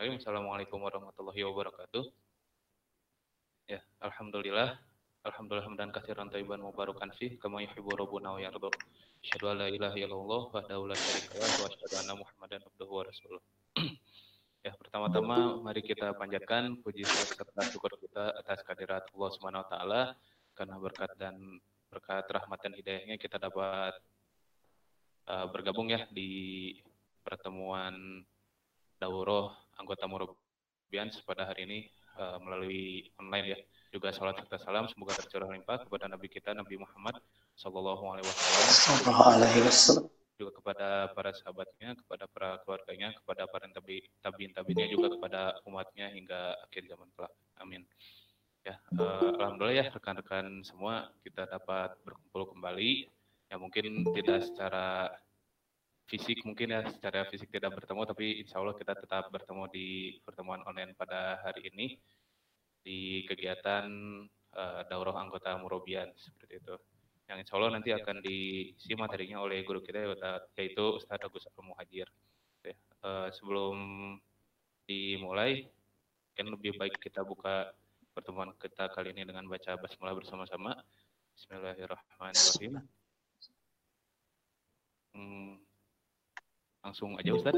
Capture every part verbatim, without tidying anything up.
Bismillahirrahmanirrahim. Assalamualaikum warahmatullahi wabarakatuh. Ya, alhamdulillah. Alhamdulillah hamdan katsiran thayyiban mubarakan fih kama yuhibbu rabbuna wa yarda. Asyhadu an la ilaha illallah wahdahu la syarika lah wa asyhadu anna Muhammadan abduhu wa rasuluh. Ya, pertama-tama mari kita panjatkan puji serta syukur kita atas kehadirat Allah Subhanahu wa taala karena berkat dan berkat rahmat dan hidayahnya kita dapat uh, bergabung ya di pertemuan daurah anggota Murabian pada hari ini uh, melalui online ya. Juga salat serta salam semoga tercurah limpah kepada Nabi kita Nabi Muhammad Sallallahu Alaihi Wasallam, juga kepada para sahabatnya, kepada para keluarganya, kepada para tabi tabiin tabiinnya, juga kepada umatnya hingga akhir zaman kelak. Amin. Ya, uh, alhamdulillah ya rekan-rekan semua kita dapat berkumpul kembali. Ya mungkin tidak secara fisik mungkin ya secara fisik tidak bertemu, tapi insya Allah kita tetap bertemu di pertemuan online pada hari ini di kegiatan uh, daurah anggota Murabian seperti itu, yang insya Allah nanti akan diisi materinya oleh guru kita yaitu Ustadz Agus Al-Muhajir. Ya, uh, sebelum dimulai kan lebih baik kita buka pertemuan kita kali ini dengan baca basmalah bersama-sama. Bismillahirrahmanirrahim. Hmm. Langsung aja Ustaz.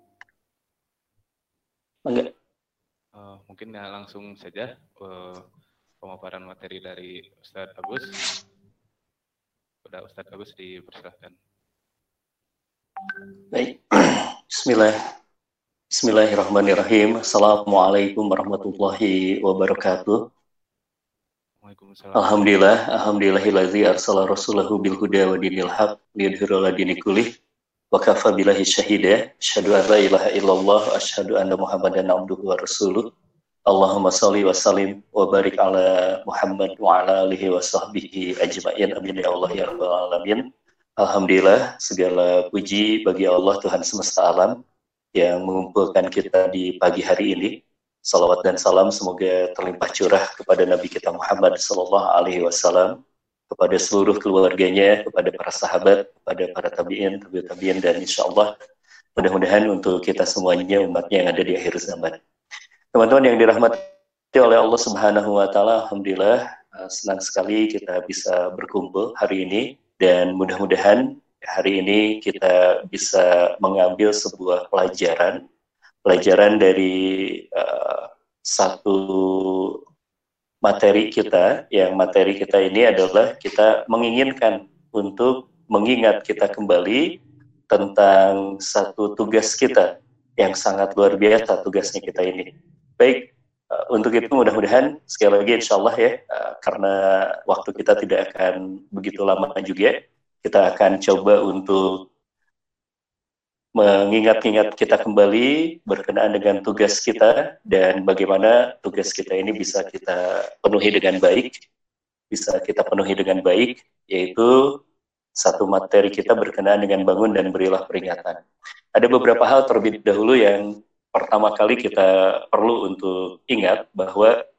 Enggak. Uh, mungkin ya langsung saja uh, pemaparan materi dari Ustaz Agus. Pada Ustaz Agus dipersilakan. Baik. Bismillah. Bismillahirrahmanirrahim. Assalamualaikum warahmatullahi wabarakatuh. Waalaikumsalam. Alhamdulillah, alhamdulillahillazi arsala rasulahu bil huda wa dinil haq liyudhhirahu 'ala dini kullih. Wa kafa billahi syahida, asyhadu an la ilaha illallah, asyhadu anna Muhammadan abduhu wa rasuluh. Allahumma shalli wa sallim wa barik ala Muhammad wa ala alihi wa sahbihi ajma'in. Amin ya Allah ya rabbal alamin. Alhamdulillah, segala puji bagi Allah Tuhan semesta alam yang mengumpulkan kita di pagi hari ini. Salawat dan salam semoga terlimpah curah kepada Nabi kita Muhammad sallallahu alaihi wasallam, kepada seluruh keluarganya, kepada para sahabat, kepada para tabi'in, tabi'ut tabi'in, dan insya Allah mudah-mudahan untuk kita semuanya umatnya yang ada di akhir zaman. Teman-teman yang dirahmati oleh Allah Subhanahu wa taala, alhamdulillah senang sekali kita bisa berkumpul hari ini, dan mudah-mudahan hari ini kita bisa mengambil sebuah pelajaran pelajaran dari uh, satu materi kita, yang materi kita ini adalah kita menginginkan untuk mengingat kita kembali tentang satu tugas kita yang sangat luar biasa tugasnya kita ini. Baik, uh, untuk itu mudah-mudahan sekali lagi insya Allah ya, uh, karena waktu kita tidak akan begitu lama juga, kita akan coba untuk mengingat-ingat kita kembali berkenaan dengan tugas kita dan bagaimana tugas kita ini bisa kita penuhi dengan baik, bisa kita penuhi dengan baik, yaitu satu materi kita berkenaan dengan bangun dan berilah peringatan. Ada beberapa hal terlebih dahulu yang pertama kali kita perlu untuk ingat bahwa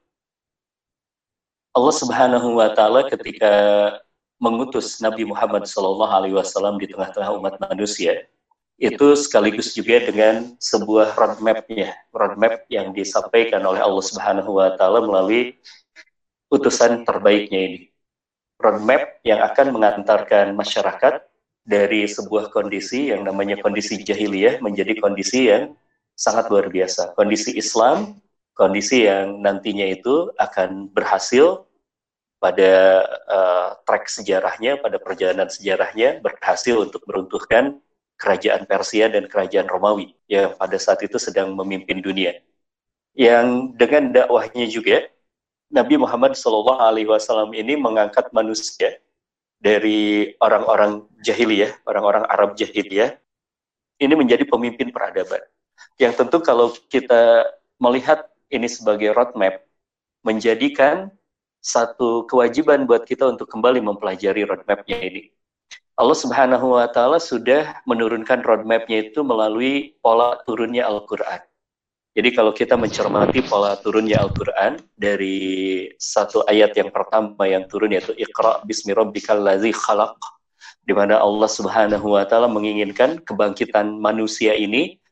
Allah Subhanahu wa taala ketika mengutus Nabi Muhammad sallallahu alaihi wasallam di tengah-tengah umat manusia, itu sekaligus juga dengan sebuah roadmap-nya, roadmap yang disampaikan oleh Allah Subhanahu wa taala melalui utusan terbaiknya ini. Roadmap yang akan mengantarkan masyarakat dari sebuah kondisi yang namanya kondisi jahiliyah menjadi kondisi yang sangat luar biasa. Kondisi Islam, kondisi yang nantinya itu akan berhasil pada uh, trek sejarahnya, pada perjalanan sejarahnya, berhasil untuk meruntuhkan kerajaan Persia dan kerajaan Romawi yang pada saat itu sedang memimpin dunia. Yang dengan dakwahnya juga Nabi Muhammad shallallahu alaihi wasallam ini mengangkat manusia dari orang-orang jahiliyah, orang-orang Arab jahiliyah, ini menjadi pemimpin peradaban. Yang tentu kalau kita melihat ini sebagai roadmap, menjadikan satu kewajiban buat kita untuk kembali mempelajari roadmap-nya ini. Allah Subhanahu wa taala sudah menurunkan roadmap-nya itu melalui pola turunnya Al-Qur'an. Jadi kalau kita mencermati pola turunnya Al-Qur'an dari satu ayat yang pertama yang turun yaitu Iqra bismi rabbikal ladzi khalaq, di mana Allah Subhanahu wa taala menginginkan kebangkitan manusia ini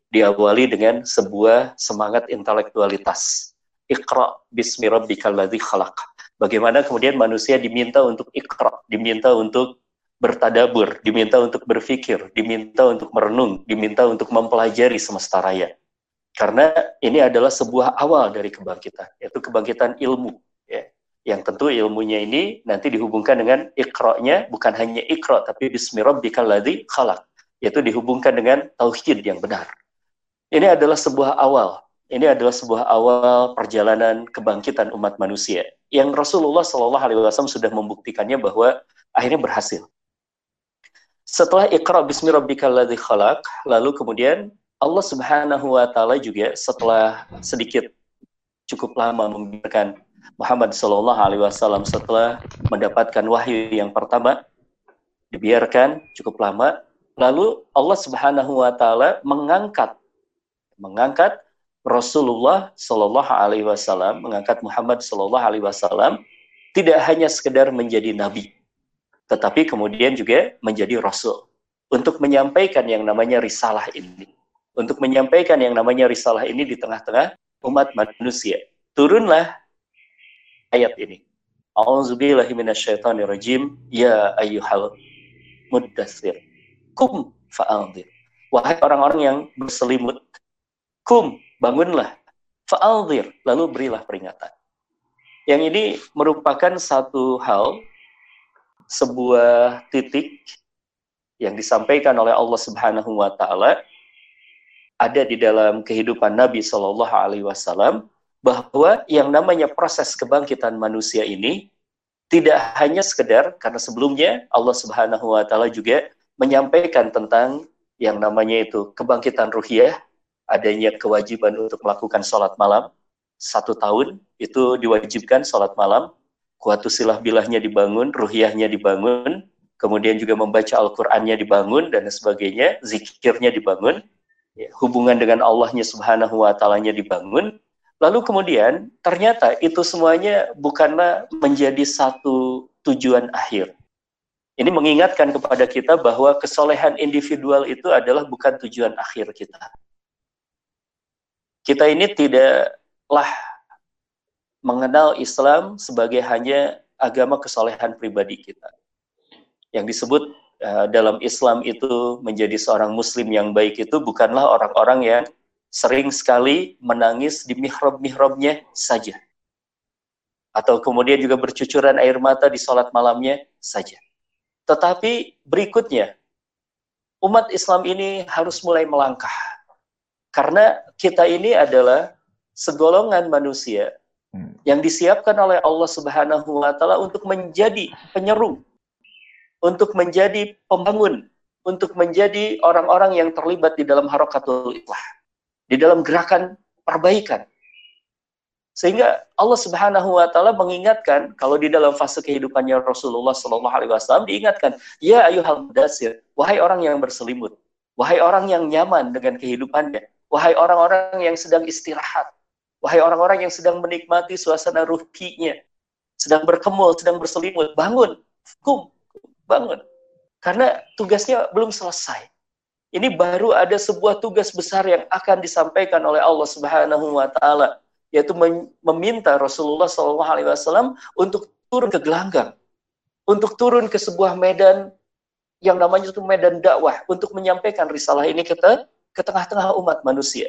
diawali dengan sebuah semangat intelektualitas. Iqra bismi rabbikal ladzi khalaq. Bagaimana kemudian manusia diminta untuk iqra, diminta untuk bertadabur, diminta untuk berpikir, diminta untuk merenung, diminta untuk mempelajari semesta raya. Karena ini adalah sebuah awal dari kebangkitan, yaitu kebangkitan ilmu. Ya. Yang tentu ilmunya ini nanti dihubungkan dengan iqra-nya, bukan hanya iqra, tapi bismi rabbikal ladzi khalaq, yaitu dihubungkan dengan tauhid yang benar. Ini adalah sebuah awal. Ini adalah sebuah awal perjalanan kebangkitan umat manusia yang Rasulullah shallallahu alaihi wasallam sudah membuktikannya bahwa akhirnya berhasil. Setelah Iqra bismi rabbikal ladzi khalaq, lalu kemudian Allah Subhanahu wa taala juga setelah sedikit cukup lama membiarkan Muhammad shallallahu alaihi wasallam setelah mendapatkan wahyu yang pertama, dibiarkan cukup lama, lalu Allah Subhanahu wa taala mengangkat mengangkat Rasulullah Shallallahu Alaihi Wasallam, mengangkat Muhammad Shallallahu Alaihi Wasallam tidak hanya sekedar menjadi nabi, tetapi kemudian juga menjadi rasul untuk menyampaikan yang namanya risalah ini, untuk menyampaikan yang namanya risalah ini di tengah-tengah umat manusia. Turunlah ayat ini. A'udzubillahi minasyaitonirrajim. Ya ayyuhal muddatsir, kum fa'andzir. Wahai orang-orang yang berselimut, kum, bangunlah, fa'aldzir, lalu berilah peringatan. Yang ini merupakan satu hal, sebuah titik yang disampaikan oleh Allah Subhanahu wa taala ada di dalam kehidupan Nabi Shallallahu alaihi wasallam, bahwa yang namanya proses kebangkitan manusia ini tidak hanya sekedar, karena sebelumnya Allah Subhanahu wa taala juga menyampaikan tentang yang namanya itu kebangkitan ruhiyah, adanya kewajiban untuk melakukan sholat malam, satu tahun itu diwajibkan sholat malam, kuatu silah bilahnya dibangun, ruhiyahnya dibangun, kemudian juga membaca Al-Qur'annya dibangun, dan sebagainya, zikirnya dibangun, ya, hubungan dengan Allahnya Subhanahu wa ta'ala-nya dibangun, lalu kemudian ternyata itu semuanya bukanlah menjadi satu tujuan akhir. Ini mengingatkan kepada kita bahwa kesolehan individual itu adalah bukan tujuan akhir kita. Kita ini tidaklah mengenal Islam sebagai hanya agama kesolehan pribadi kita. Yang disebut uh, dalam Islam itu menjadi seorang muslim yang baik itu bukanlah orang-orang yang sering sekali menangis di mihrab-mihrabnya saja. Atau kemudian juga bercucuran air mata di sholat malamnya saja. Tetapi berikutnya, umat Islam ini harus mulai melangkah. Karena kita ini adalah segolongan manusia yang disiapkan oleh Allah Subhanahu wa taala untuk menjadi penyeru, untuk menjadi pembangun, untuk menjadi orang-orang yang terlibat di dalam harakatul islah, di dalam gerakan perbaikan. Sehingga Allah Subhanahu wa taala mengingatkan, kalau di dalam fase kehidupannya Rasulullah Shallallahu alaihi wasallam diingatkan, ya ayyuhal mudatsir, wahai orang yang berselimut, wahai orang yang nyaman dengan kehidupannya, wahai orang-orang yang sedang istirahat, wahai orang-orang yang sedang menikmati suasana ruhinya, sedang berkemul, sedang berselimut, bangun, kum, bangun. Karena tugasnya belum selesai. Ini baru ada sebuah tugas besar yang akan disampaikan oleh Allah Subhanahu wa taala, yaitu meminta Rasulullah shallallahu alaihi wasallam untuk turun ke gelanggang, untuk turun ke sebuah medan yang namanya itu medan dakwah, untuk menyampaikan risalah ini ke ke tengah-tengah umat manusia.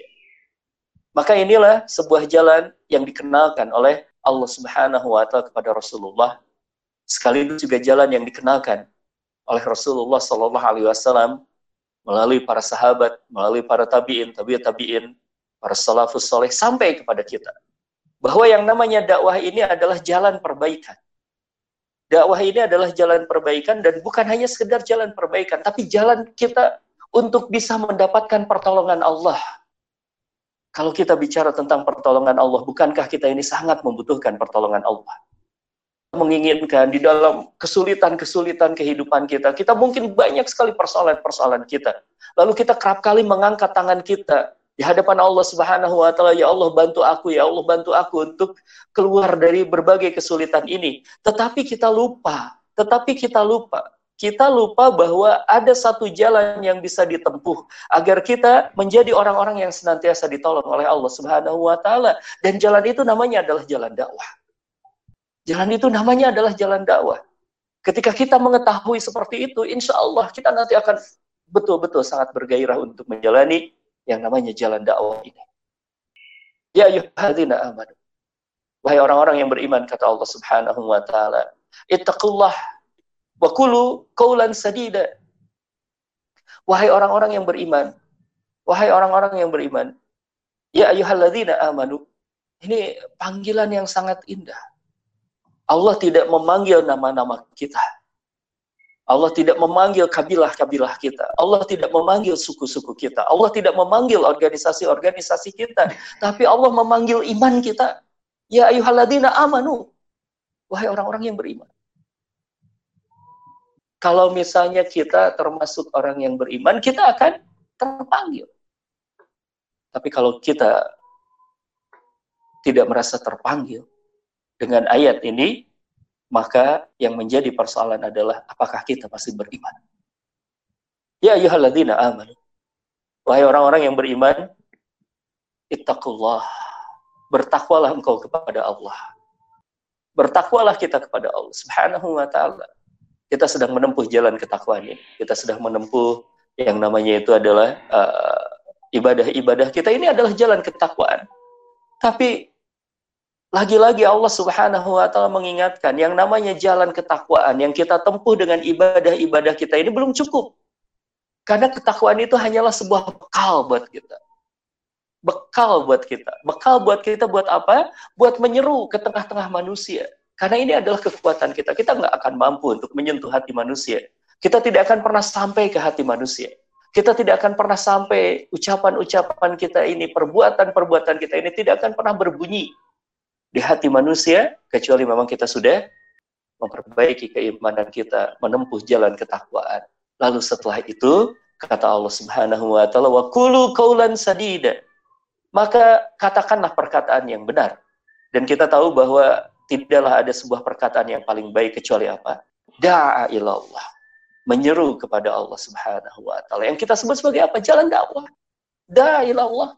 Maka inilah sebuah jalan yang dikenalkan oleh Allah Subhanahu wa taala kepada Rasulullah, sekaligus juga jalan yang dikenalkan oleh Rasulullah Shallallahu alaihi wasallam melalui para sahabat, melalui para tabi'in, tabi'ut tabi'in, para salafus saleh sampai kepada kita. Bahwa yang namanya dakwah ini adalah jalan perbaikan. Dakwah ini adalah jalan perbaikan, dan bukan hanya sekedar jalan perbaikan, tapi jalan kita untuk bisa mendapatkan pertolongan Allah. Kalau kita bicara tentang pertolongan Allah, bukankah kita ini sangat membutuhkan pertolongan Allah? Menginginkan di dalam kesulitan-kesulitan kehidupan kita, kita mungkin banyak sekali persoalan-persoalan kita. Lalu kita kerap kali mengangkat tangan kita di hadapan Allah Subhanahu wa taala, ya Allah bantu aku, ya Allah bantu aku untuk keluar dari berbagai kesulitan ini. Tetapi kita lupa, tetapi kita lupa, kita lupa bahwa ada satu jalan yang bisa ditempuh agar kita menjadi orang-orang yang senantiasa ditolong oleh Allah Subhanahu wa taala, dan jalan itu namanya adalah jalan dakwah. Jalan itu namanya adalah jalan dakwah. Ketika kita mengetahui seperti itu, insya Allah kita nanti akan betul-betul sangat bergairah untuk menjalani yang namanya jalan dakwah ini. Ya ayyuhalladzina amanu, wahai orang-orang yang beriman, kata Allah Subhanahu wa taala, ittaqullah wa qulu qawlan sadida. Wahai orang-orang yang beriman, wahai orang-orang yang beriman, ya ayyuhalladzina amanu. Ini panggilan yang sangat indah. Allah tidak memanggil nama-nama kita. Allah tidak memanggil kabilah-kabilah kita. Allah tidak memanggil suku-suku kita. Allah tidak memanggil organisasi-organisasi kita. Tapi Allah memanggil iman kita. Ya ayyuhalladzina amanu. Wahai orang-orang yang beriman. Kalau misalnya kita termasuk orang yang beriman, kita akan terpanggil. Tapi kalau kita tidak merasa terpanggil dengan ayat ini, maka yang menjadi persoalan adalah apakah kita masih beriman. Ya ayyuhalladzina amanu. Wahai orang-orang yang beriman, ittaqullah. Bertakwalah engkau kepada Allah. Bertakwalah kita kepada Allah Subhanahu wa taala. Kita sedang menempuh jalan ketakwaan ini. Kita sedang menempuh yang namanya itu adalah uh, ibadah-ibadah kita ini adalah jalan ketakwaan. Tapi lagi-lagi Allah Subhanahu wa taala mengingatkan yang namanya jalan ketakwaan yang kita tempuh dengan ibadah-ibadah kita ini belum cukup. Karena ketakwaan itu hanyalah sebuah bekal buat kita. Bekal buat kita. Bekal buat kita buat apa? Buat menyeru ke tengah-tengah manusia. Karena ini adalah kekuatan kita. Kita nggak akan mampu untuk menyentuh hati manusia. Kita tidak akan pernah sampai ke hati manusia. Kita tidak akan pernah sampai ucapan-ucapan kita ini, perbuatan-perbuatan kita ini tidak akan pernah berbunyi di hati manusia, kecuali memang kita sudah memperbaiki keimanan kita, menempuh jalan ketakwaan. Lalu setelah itu, kata Allah Subhanahu wa taala, wa qulu qawlan sadida. Maka katakanlah perkataan yang benar. Dan kita tahu bahwa tidaklah ada sebuah perkataan yang paling baik kecuali apa? Da'a ilallah. Menyeru kepada Allah Subhanahu wa taala. Yang kita sebut sebagai apa? Jalan dakwah. Da'a ilallah.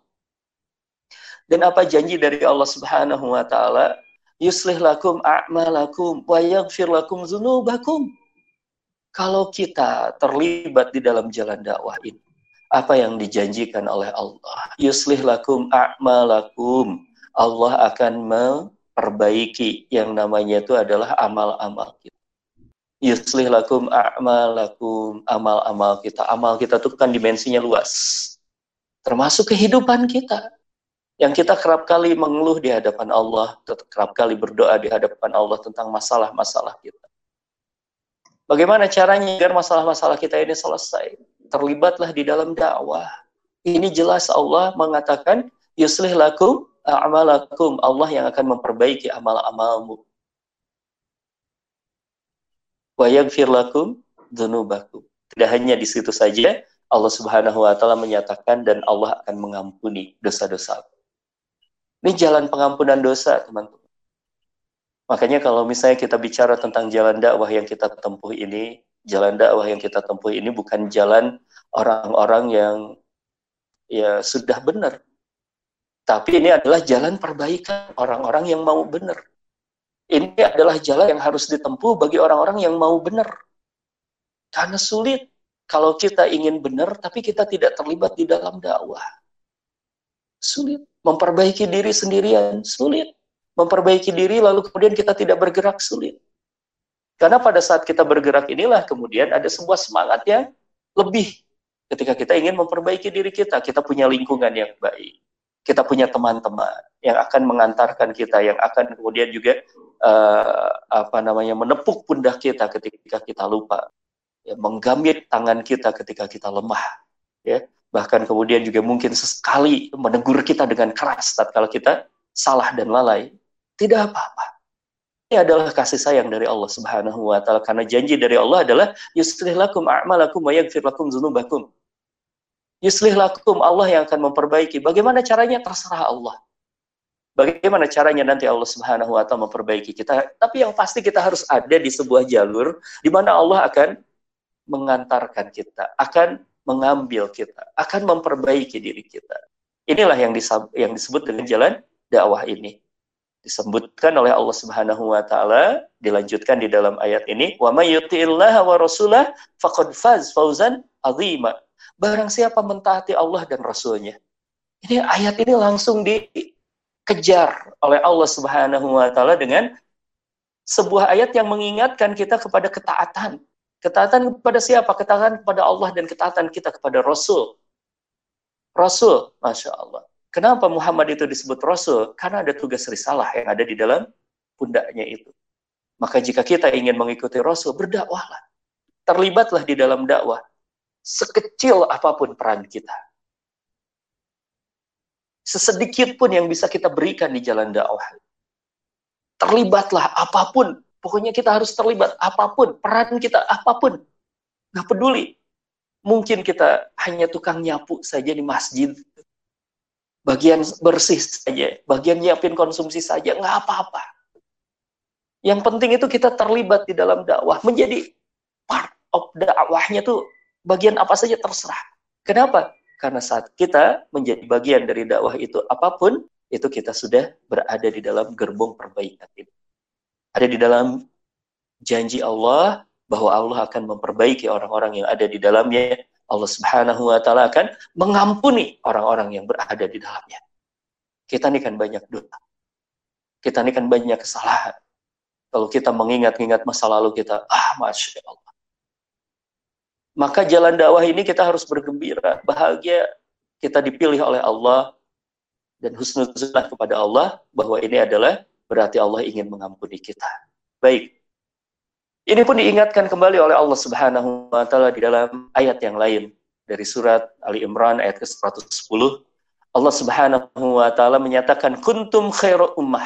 Dan apa janji dari Allah Subhanahu wa taala? Yuslih lakum a'malakum wa yaghfir lakum dzunubakum. Kalau kita terlibat di dalam jalan dakwah ini, apa yang dijanjikan oleh Allah? Yuslih lakum a'malakum. Allah akan memperbaiki yang namanya itu adalah amal-amal kita. Yuslih lakum a'malakum. Amal-amal kita. Amal kita itu kan dimensinya luas. Termasuk kehidupan kita. Yang kita kerap kali mengeluh di hadapan Allah, kerap kali berdoa di hadapan Allah tentang masalah-masalah kita. Bagaimana caranya agar masalah-masalah kita ini selesai? Terlibatlah di dalam dakwah. Ini jelas Allah mengatakan, yuslih lakum a'malakum. Allah yang akan memperbaiki amal-amalmu. Wa yaghfir lakum dzunubakum. Tidak hanya di situ saja, Allah Subhanahu wa taala menyatakan dan Allah akan mengampuni dosa-dosa. Ini jalan pengampunan dosa, teman-teman. Makanya kalau misalnya kita bicara tentang jalan dakwah yang kita tempuh ini, jalan dakwah yang kita tempuh ini bukan jalan orang-orang yang ya sudah benar. Tapi ini adalah jalan perbaikan orang-orang yang mau benar. Ini adalah jalan yang harus ditempuh bagi orang-orang yang mau benar. Karena sulit kalau kita ingin benar, tapi kita tidak terlibat di dalam dakwah. Sulit. Memperbaiki diri sendirian, sulit. Memperbaiki diri lalu kemudian kita tidak bergerak, sulit. Karena pada saat kita bergerak inilah kemudian ada sebuah semangat yang lebih. Ketika kita ingin memperbaiki diri kita, kita punya lingkungan yang baik. Kita punya teman-teman yang akan mengantarkan kita, yang akan kemudian juga uh, apa namanya menepuk pundak kita ketika kita lupa. Ya, menggamit tangan kita ketika kita lemah. Ya. Bahkan kemudian juga mungkin sesekali menegur kita dengan keras tatkala kita salah dan lalai. Tidak apa-apa. Ini adalah kasih sayang dari Allah Subhanahu wa taala, karena janji dari Allah adalah yuslih lakum a'malakum wa yaghfir lakum dzunubakum. Yuslih lakum, Allah yang akan memperbaiki. Bagaimana caranya? Terserah Allah. Bagaimana caranya nanti Allah Subhanahu wa taala memperbaiki kita? Tapi yang pasti kita harus ada di sebuah jalur di mana Allah akan mengantarkan kita, akan mengambil kita, akan memperbaiki diri kita. Inilah yang yang disebut dengan jalan dakwah ini. Disebutkan oleh Allah Subhanahu wa taala, dilanjutkan di dalam ayat ini, wa may yuti'illaha wa rasulah faqad faz fawzan 'azima. Barang siapa mentaati Allah dan Rasulnya. Ini ayat ini langsung dikejar oleh Allah Subhanahu wa taala dengan sebuah ayat yang mengingatkan kita kepada ketaatan. Ketaatan kepada siapa? Ketaatan kepada Allah dan ketaatan kita kepada Rasul. Rasul, Masya Allah. Kenapa Muhammad itu disebut Rasul? Karena ada tugas risalah yang ada di dalam pundaknya itu. Maka jika kita ingin mengikuti Rasul, berdakwahlah. Terlibatlah di dalam dakwah. Sekecil apapun peran kita. Sesedikit pun yang bisa kita berikan di jalan dakwah. Terlibatlah apapun. Pokoknya kita harus terlibat apapun. Peran kita apapun. Nggak peduli. Mungkin kita hanya tukang nyapu saja di masjid. Bagian bersih saja, bagian nyiapin konsumsi saja, nggak apa-apa. Yang penting itu kita terlibat di dalam dakwah, menjadi part of dakwahnya tuh bagian apa saja terserah. Kenapa? Karena saat kita menjadi bagian dari dakwah itu apapun, itu kita sudah berada di dalam gerbong perbaikan itu. Ada di dalam janji Allah bahwa Allah akan memperbaiki orang-orang yang ada di dalamnya. Allah Subhanahu wa taala akan mengampuni orang-orang yang berada di dalamnya. Kita ini kan banyak dosa. Kita ini kan banyak kesalahan. Kalau kita mengingat-ingat masa lalu kita, ah Masya Allah. Maka jalan dakwah ini kita harus bergembira, bahagia kita dipilih oleh Allah dan husnuzon kepada Allah bahwa ini adalah berarti Allah ingin mengampuni kita. Baik. Ini pun diingatkan kembali oleh Allah Subhanahu wa taala di dalam ayat yang lain dari surat Ali Imran ayat ke seratus sepuluh. Allah Subhanahu wa taala menyatakan kuntum khairu ummah.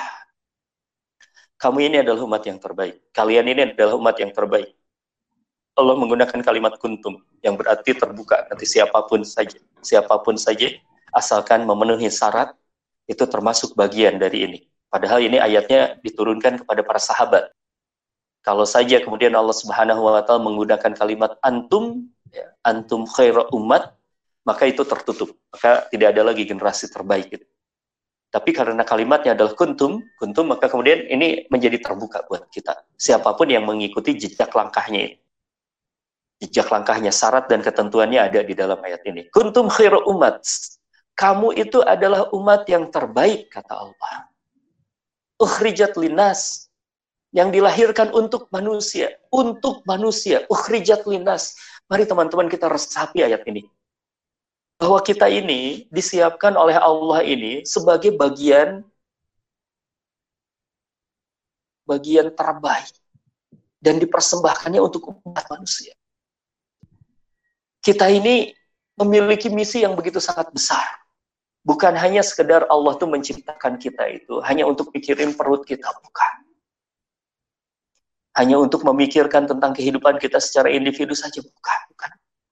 Kamu ini adalah umat yang terbaik. Kalian ini adalah umat yang terbaik. Allah menggunakan kalimat kuntum yang berarti terbuka, nanti siapapun saja, siapapun saja asalkan memenuhi syarat itu termasuk bagian dari ini. Padahal ini ayatnya diturunkan kepada para sahabat. Kalau saja kemudian Allah Subhanahu wa taala menggunakan kalimat antum, ya, antum khairu umat, maka itu tertutup. Maka tidak ada lagi generasi terbaik itu. Tapi karena kalimatnya adalah kuntum, kuntum maka kemudian ini menjadi terbuka buat kita. Siapapun yang mengikuti jejak langkahnya ini. Jejak langkahnya, syarat dan ketentuannya ada di dalam ayat ini. Kuntum khairu umat. Kamu itu adalah umat yang terbaik, kata Allah. Ukhrijat linnas. Yang dilahirkan untuk manusia, untuk manusia, ukhrijat linnas. Mari teman-teman kita resapi ayat ini. Bahwa kita ini disiapkan oleh Allah ini sebagai bagian bagian terbaik dan dipersembahkannya untuk umat manusia. Kita ini memiliki misi yang begitu sangat besar. Bukan hanya sekedar Allah tuh menciptakan kita itu hanya untuk pikirin perut kita, bukan. Hanya untuk memikirkan tentang kehidupan kita secara individu saja, bukan, bukan.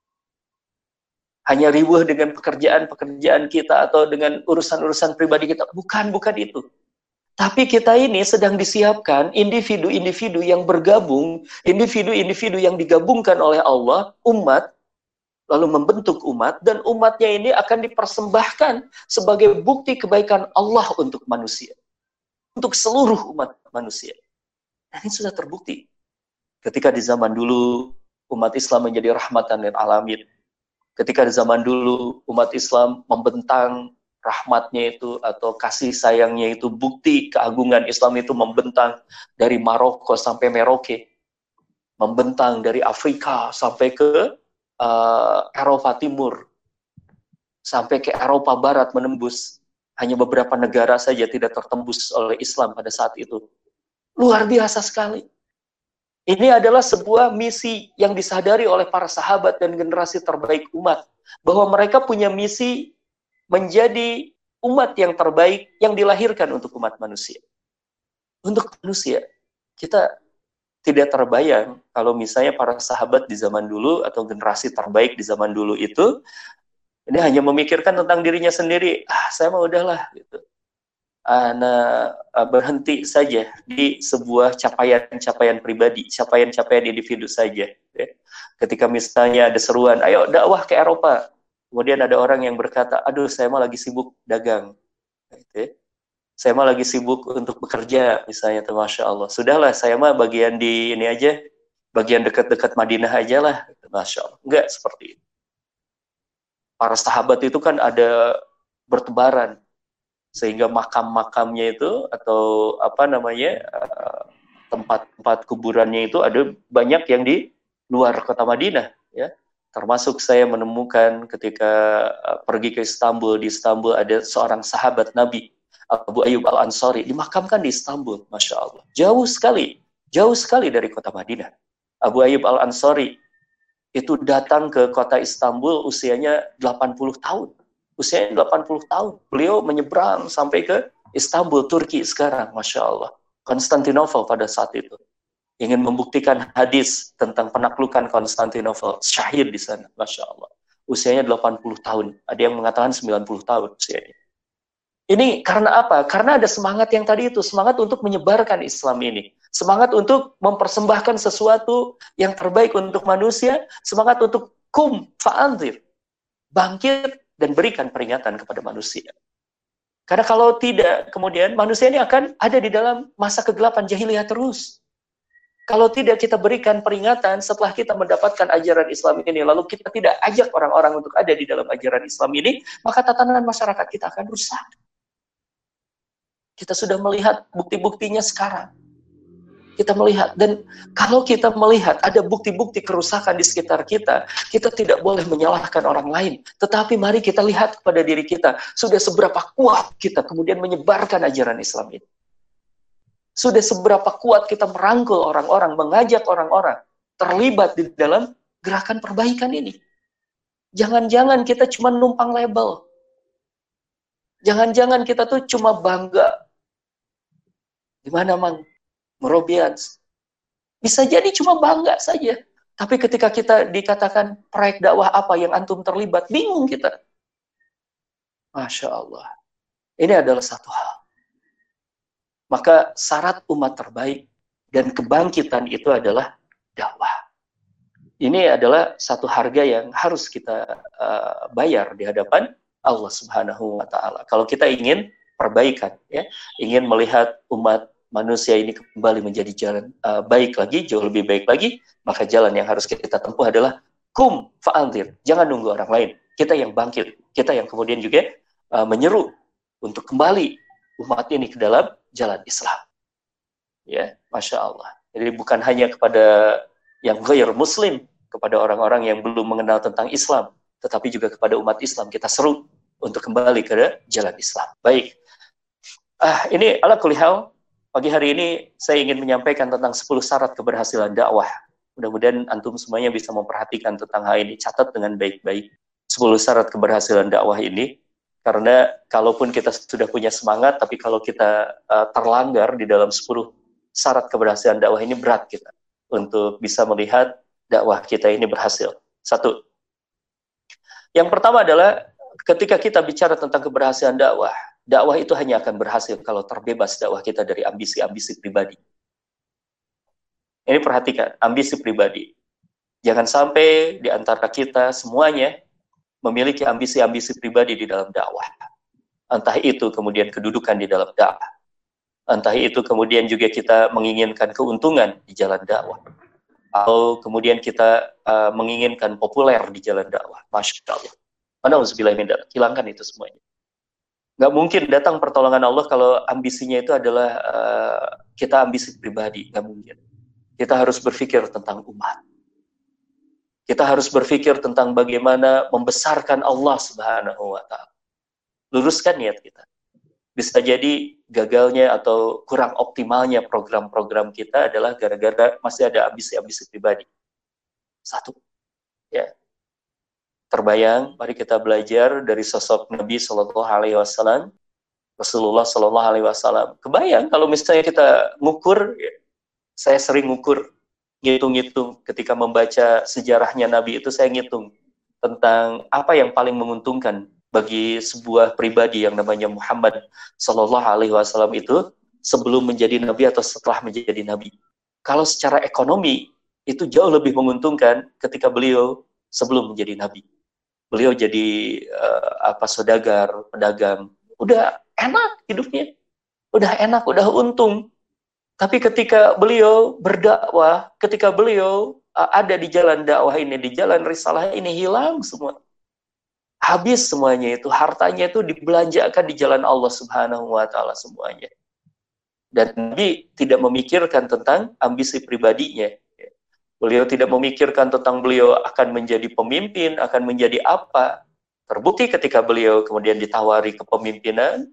Hanya riweuh dengan pekerjaan-pekerjaan kita atau dengan urusan-urusan pribadi kita, bukan, bukan itu. Tapi kita ini sedang disiapkan individu-individu yang bergabung, individu-individu yang digabungkan oleh Allah, umat, lalu membentuk umat, dan umatnya ini akan dipersembahkan sebagai bukti kebaikan Allah untuk manusia. Untuk seluruh umat manusia. Dan ini sudah terbukti. Ketika di zaman dulu umat Islam menjadi rahmatan lil alamin. Ketika di zaman dulu umat Islam membentang rahmatnya itu atau kasih sayangnya itu, bukti keagungan Islam itu membentang dari Maroko sampai Merauke. Membentang dari Afrika sampai ke uh, Eropa Timur. Sampai ke Eropa Barat menembus. Hanya beberapa negara saja tidak tertembus oleh Islam pada saat itu. Luar biasa sekali. Ini adalah sebuah misi yang disadari oleh para sahabat dan generasi terbaik umat. Bahwa mereka punya misi menjadi umat yang terbaik yang dilahirkan untuk umat manusia. Untuk manusia. Kita tidak terbayang kalau misalnya para sahabat di zaman dulu atau generasi terbaik di zaman dulu itu, ini hanya memikirkan tentang dirinya sendiri. Ah, saya mah udahlah. Gitu. ana uh, berhenti saja di sebuah capaian-capaian pribadi, capaian-capaian individu saja. Ya. Ketika misalnya ada seruan, ayo dakwah ke Eropa, kemudian ada orang yang berkata, aduh saya mah lagi sibuk dagang, gitu ya. Saya mah lagi sibuk untuk bekerja, misalnya, tuh, Masya Allah. Sudahlah, saya mah bagian di ini aja, bagian dekat-dekat Madinah aja lah, Masya Allah. Enggak seperti itu. Para sahabat itu kan ada bertebaran, sehingga makam-makamnya itu atau apa namanya tempat-tempat kuburannya itu ada banyak yang di luar kota Madinah, ya. Termasuk saya menemukan ketika pergi ke Istanbul, di Istanbul ada seorang sahabat Nabi, Abu Ayyub Al-Ansari, dimakamkan di Istanbul, Masya Allah. Jauh sekali, jauh sekali dari kota Madinah. Abu Ayyub Al-Ansari itu datang ke kota Istanbul usianya delapan puluh tahun. Usianya delapan puluh tahun. Beliau menyeberang sampai ke Istanbul, Turki sekarang, Masya Allah. Konstantinopel pada saat itu. Ingin membuktikan hadis tentang penaklukan Konstantinopel. Syahid di sana, Masya Allah. Usianya delapan puluh tahun. Ada yang mengatakan sembilan puluh tahun usianya. Ini karena apa? Karena ada semangat yang tadi itu, semangat untuk menyebarkan Islam ini. Semangat untuk mempersembahkan sesuatu yang terbaik untuk manusia, semangat untuk kum fa'anzir, bangkit dan berikan peringatan kepada manusia. Karena kalau tidak, kemudian manusia ini akan ada di dalam masa kegelapan jahiliyah terus. Kalau tidak kita berikan peringatan setelah kita mendapatkan ajaran Islam ini, lalu kita tidak ajak orang-orang untuk ada di dalam ajaran Islam ini, maka tatanan masyarakat kita akan rusak. Kita sudah melihat bukti-buktinya sekarang. Kita melihat, dan kalau kita melihat ada bukti-bukti kerusakan di sekitar kita, kita tidak boleh menyalahkan orang lain. Tetapi mari kita lihat kepada diri kita, sudah seberapa kuat kita kemudian menyebarkan ajaran Islam ini. Sudah seberapa kuat kita merangkul orang-orang, mengajak orang-orang terlibat di dalam gerakan perbaikan ini. Jangan-jangan kita cuma numpang label. Jangan-jangan kita tuh cuma bangga. Gimana, Mang? Merobians. Bisa jadi cuma bangga saja. Tapi ketika kita dikatakan proyek dakwah apa yang antum terlibat, bingung kita. Masya Allah. Ini adalah satu hal. Maka syarat umat terbaik dan kebangkitan itu adalah dakwah. Ini adalah satu harga yang harus kita uh, bayar di hadapan Allah Subhanahu wa Ta'ala. Kalau kita ingin perbaikan, ya, ingin melihat umat manusia ini kembali menjadi jalan uh, baik lagi, jauh lebih baik lagi, maka jalan yang harus kita tempuh adalah kum fa'anzir. Jangan nunggu orang lain. Kita yang bangkit, kita yang kemudian juga uh, menyeru untuk kembali umat ini ke dalam jalan Islam. Ya, Masya Allah. Jadi bukan hanya kepada yang ghair muslim, kepada orang-orang yang belum mengenal tentang Islam, tetapi juga kepada umat Islam kita seru untuk kembali ke jalan Islam. Baik. Ah, ini ala kulli hal. Pagi hari ini saya ingin menyampaikan tentang sepuluh syarat keberhasilan dakwah. Mudah-mudahan antum semuanya bisa memperhatikan tentang hal ini. Catat dengan baik-baik sepuluh syarat keberhasilan dakwah ini. Karena kalaupun kita sudah punya semangat, tapi kalau kita uh, terlanggar di dalam sepuluh syarat keberhasilan dakwah ini, berat kita untuk bisa melihat dakwah kita ini berhasil. Satu. Yang pertama adalah ketika kita bicara tentang keberhasilan dakwah, dakwah itu hanya akan berhasil kalau terbebas dakwah kita dari ambisi-ambisi pribadi. Ini perhatikan, ambisi pribadi. Jangan sampai di antara kita semuanya memiliki ambisi-ambisi pribadi di dalam dakwah. Entah itu kemudian kedudukan di dalam dakwah. Entah itu kemudian juga kita menginginkan keuntungan di jalan dakwah. Atau kemudian kita uh, menginginkan populer di jalan dakwah. Masya Allah. Alhamdulillah, hilangkan itu semuanya. Nggak mungkin datang pertolongan Allah kalau ambisinya itu adalah uh, kita ambisi pribadi. Nggak mungkin. Kita harus berpikir tentang umat. Kita harus berpikir tentang bagaimana membesarkan Allah Subhanahu wa Ta'ala. Luruskan niat kita. Bisa jadi gagalnya atau kurang optimalnya program-program kita adalah gara-gara masih ada ambisi-ambisi pribadi. Satu. Ya. Terbayang, mari kita belajar dari sosok Nabi Shallallahu Alaihi Wasallam, Rasulullah Shallallahu Alaihi Wasallam. Kebayang kalau misalnya kita ngukur, ya, saya sering ngukur, ngitung-ngitung ketika membaca sejarahnya Nabi itu, saya ngitung tentang apa yang paling menguntungkan bagi sebuah pribadi yang namanya Muhammad Sallallahu Alaihi Wasallam itu sebelum menjadi nabi atau setelah menjadi nabi. Kalau secara ekonomi itu jauh lebih menguntungkan ketika beliau sebelum menjadi nabi. Beliau jadi uh, apa saudagar, pedagang, udah enak hidupnya, udah enak, udah untung. Tapi ketika beliau berdakwah, ketika beliau uh, ada di jalan dakwah ini, di jalan risalah ini, hilang semua. Habis semuanya itu, hartanya itu dibelanjakan di jalan Allah Subhanahu wa taala semuanya. Dan Nabi tidak memikirkan tentang ambisi pribadinya. Beliau tidak memikirkan tentang beliau akan menjadi pemimpin, akan menjadi apa. Terbukti ketika beliau kemudian ditawari kepemimpinan,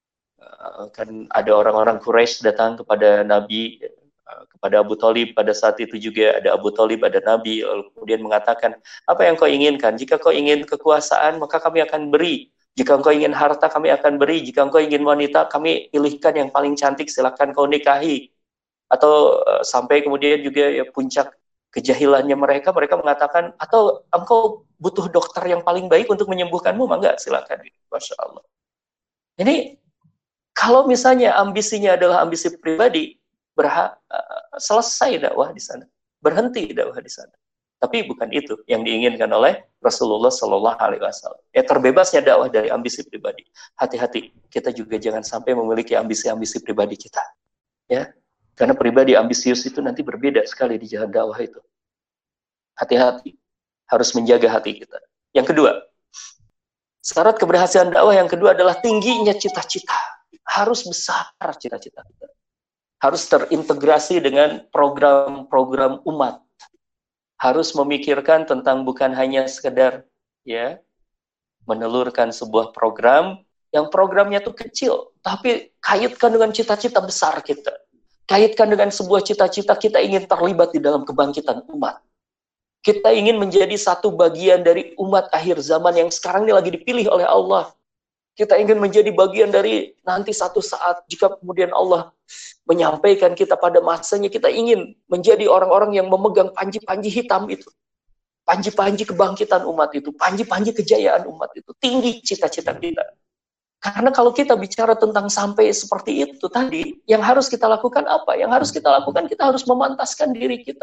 kan ada orang-orang Quraisy datang kepada Nabi, kepada Abu Thalib. Pada saat itu juga ada Abu Thalib, ada Nabi, kemudian mengatakan, apa yang kau inginkan? Jika kau ingin kekuasaan, maka kami akan beri. Jika kau ingin harta, kami akan beri. Jika kau ingin wanita, kami pilihkan yang paling cantik, silakan kau nikahi. Atau uh, sampai kemudian juga ya, puncak kejahilannya mereka, mereka mengatakan, atau engkau butuh dokter yang paling baik untuk menyembuhkanmu, enggak, silakan. Masya Allah. Ini kalau misalnya ambisinya adalah ambisi pribadi, berha uh, selesai dakwah di sana, berhenti dakwah di sana. Tapi bukan itu yang diinginkan oleh Rasulullah Shallallahu Alaihi Wasallam. Ya, terbebasnya dakwah dari ambisi pribadi. Hati-hati, kita juga jangan sampai memiliki ambisi-ambisi pribadi kita. Ya, karena pribadi ambisius itu nanti berbeda sekali di jalan dakwah itu. Hati-hati, harus menjaga hati kita. Yang kedua, syarat keberhasilan dakwah yang kedua adalah tingginya cita-cita. Harus besar cita-cita kita. Harus terintegrasi dengan program-program umat. Harus memikirkan tentang bukan hanya sekedar ya menelurkan sebuah program yang programnya itu kecil, tapi kaitkan dengan cita-cita besar kita. Kaitkan dengan sebuah cita-cita kita ingin terlibat di dalam kebangkitan umat. Kita ingin menjadi satu bagian dari umat akhir zaman yang sekarang ini lagi dipilih oleh Allah. Kita ingin menjadi bagian dari nanti satu saat jika kemudian Allah menyampaikan kita pada masanya, kita ingin menjadi orang-orang yang memegang panji-panji hitam itu. Panji-panji kebangkitan umat itu, panji-panji kejayaan umat itu. Tinggi cita-cita kita. Karena kalau kita bicara tentang sampai seperti itu tadi, yang harus kita lakukan apa? Yang harus kita lakukan, kita harus memantaskan diri kita.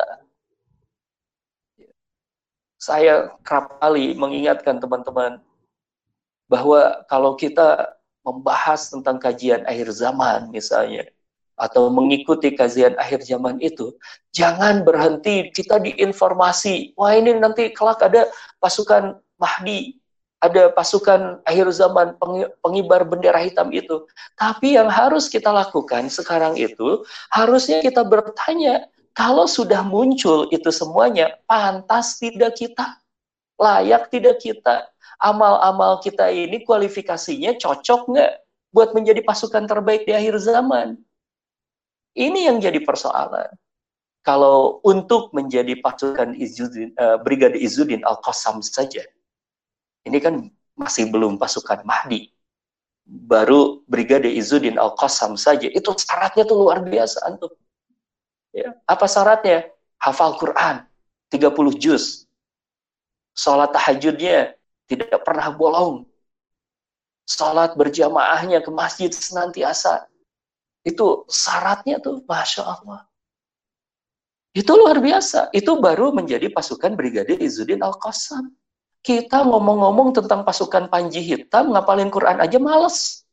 Saya kerap kali mengingatkan teman-teman, bahwa kalau kita membahas tentang kajian akhir zaman misalnya, atau mengikuti kajian akhir zaman itu, jangan berhenti kita di informasi, wah ini nanti kelak ada pasukan Mahdi, ada pasukan akhir zaman pengibar bendera hitam itu. Tapi yang harus kita lakukan sekarang itu, harusnya kita bertanya, kalau sudah muncul itu semuanya, pantas tidak kita? Layak tidak kita? Amal-amal kita ini kualifikasinya cocok nggak buat menjadi pasukan terbaik di akhir zaman? Ini yang jadi persoalan. Kalau untuk menjadi pasukan Izzuddin, uh, Brigade Izzuddin Al-Qassam saja, ini kan masih belum pasukan Mahdi. Baru Brigade Izzuddin Al-Qassam saja, itu syaratnya tuh luar biasa antum. Ya, apa syaratnya? Hafal Quran, tiga puluh juz. Sholat tahajudnya tidak pernah bolong. Salat berjamaahnya ke masjid senantiasa. Itu syaratnya tuh, Masya Allah. Itu luar biasa. Itu baru menjadi pasukan Brigade Izzuddin Al-Qassam. Kita ngomong-ngomong tentang pasukan panji hitam, ngapalin Quran aja males.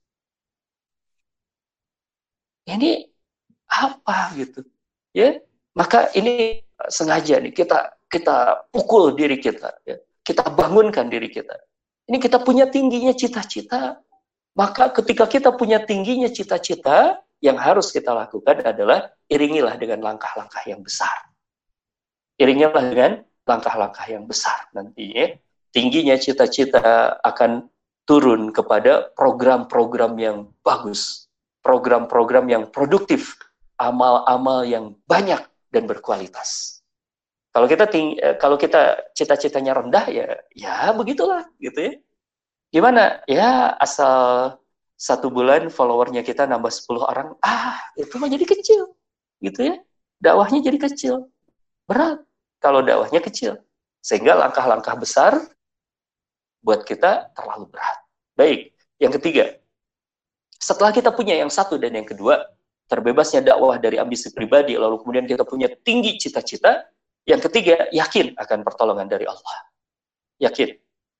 Ini apa gitu? Ya, maka ini sengaja nih kita kita pukul diri kita, ya. Kita bangunkan diri kita. Ini kita punya tingginya cita-cita, maka ketika kita punya tingginya cita-cita, yang harus kita lakukan adalah iringilah dengan langkah-langkah yang besar. Iringilah dengan langkah-langkah yang besar nantinya. Tingginya cita-cita akan turun kepada program-program yang bagus, program-program yang produktif, amal-amal yang banyak dan berkualitas. Kalau kita ting kalau kita cita-citanya rendah ya ya begitulah gitu ya. Gimana? Ya asal satu bulan followernya kita nambah sepuluh orang, ah itu mah jadi kecil gitu ya. Dakwahnya jadi kecil. Berat kalau dakwahnya kecil. Sehingga langkah-langkah besar buat kita terlalu berat. Baik, yang ketiga, setelah kita punya yang satu dan yang kedua, terbebasnya dakwah dari ambisi pribadi, lalu kemudian kita punya tinggi cita-cita, yang ketiga, yakin akan pertolongan dari Allah. Yakin.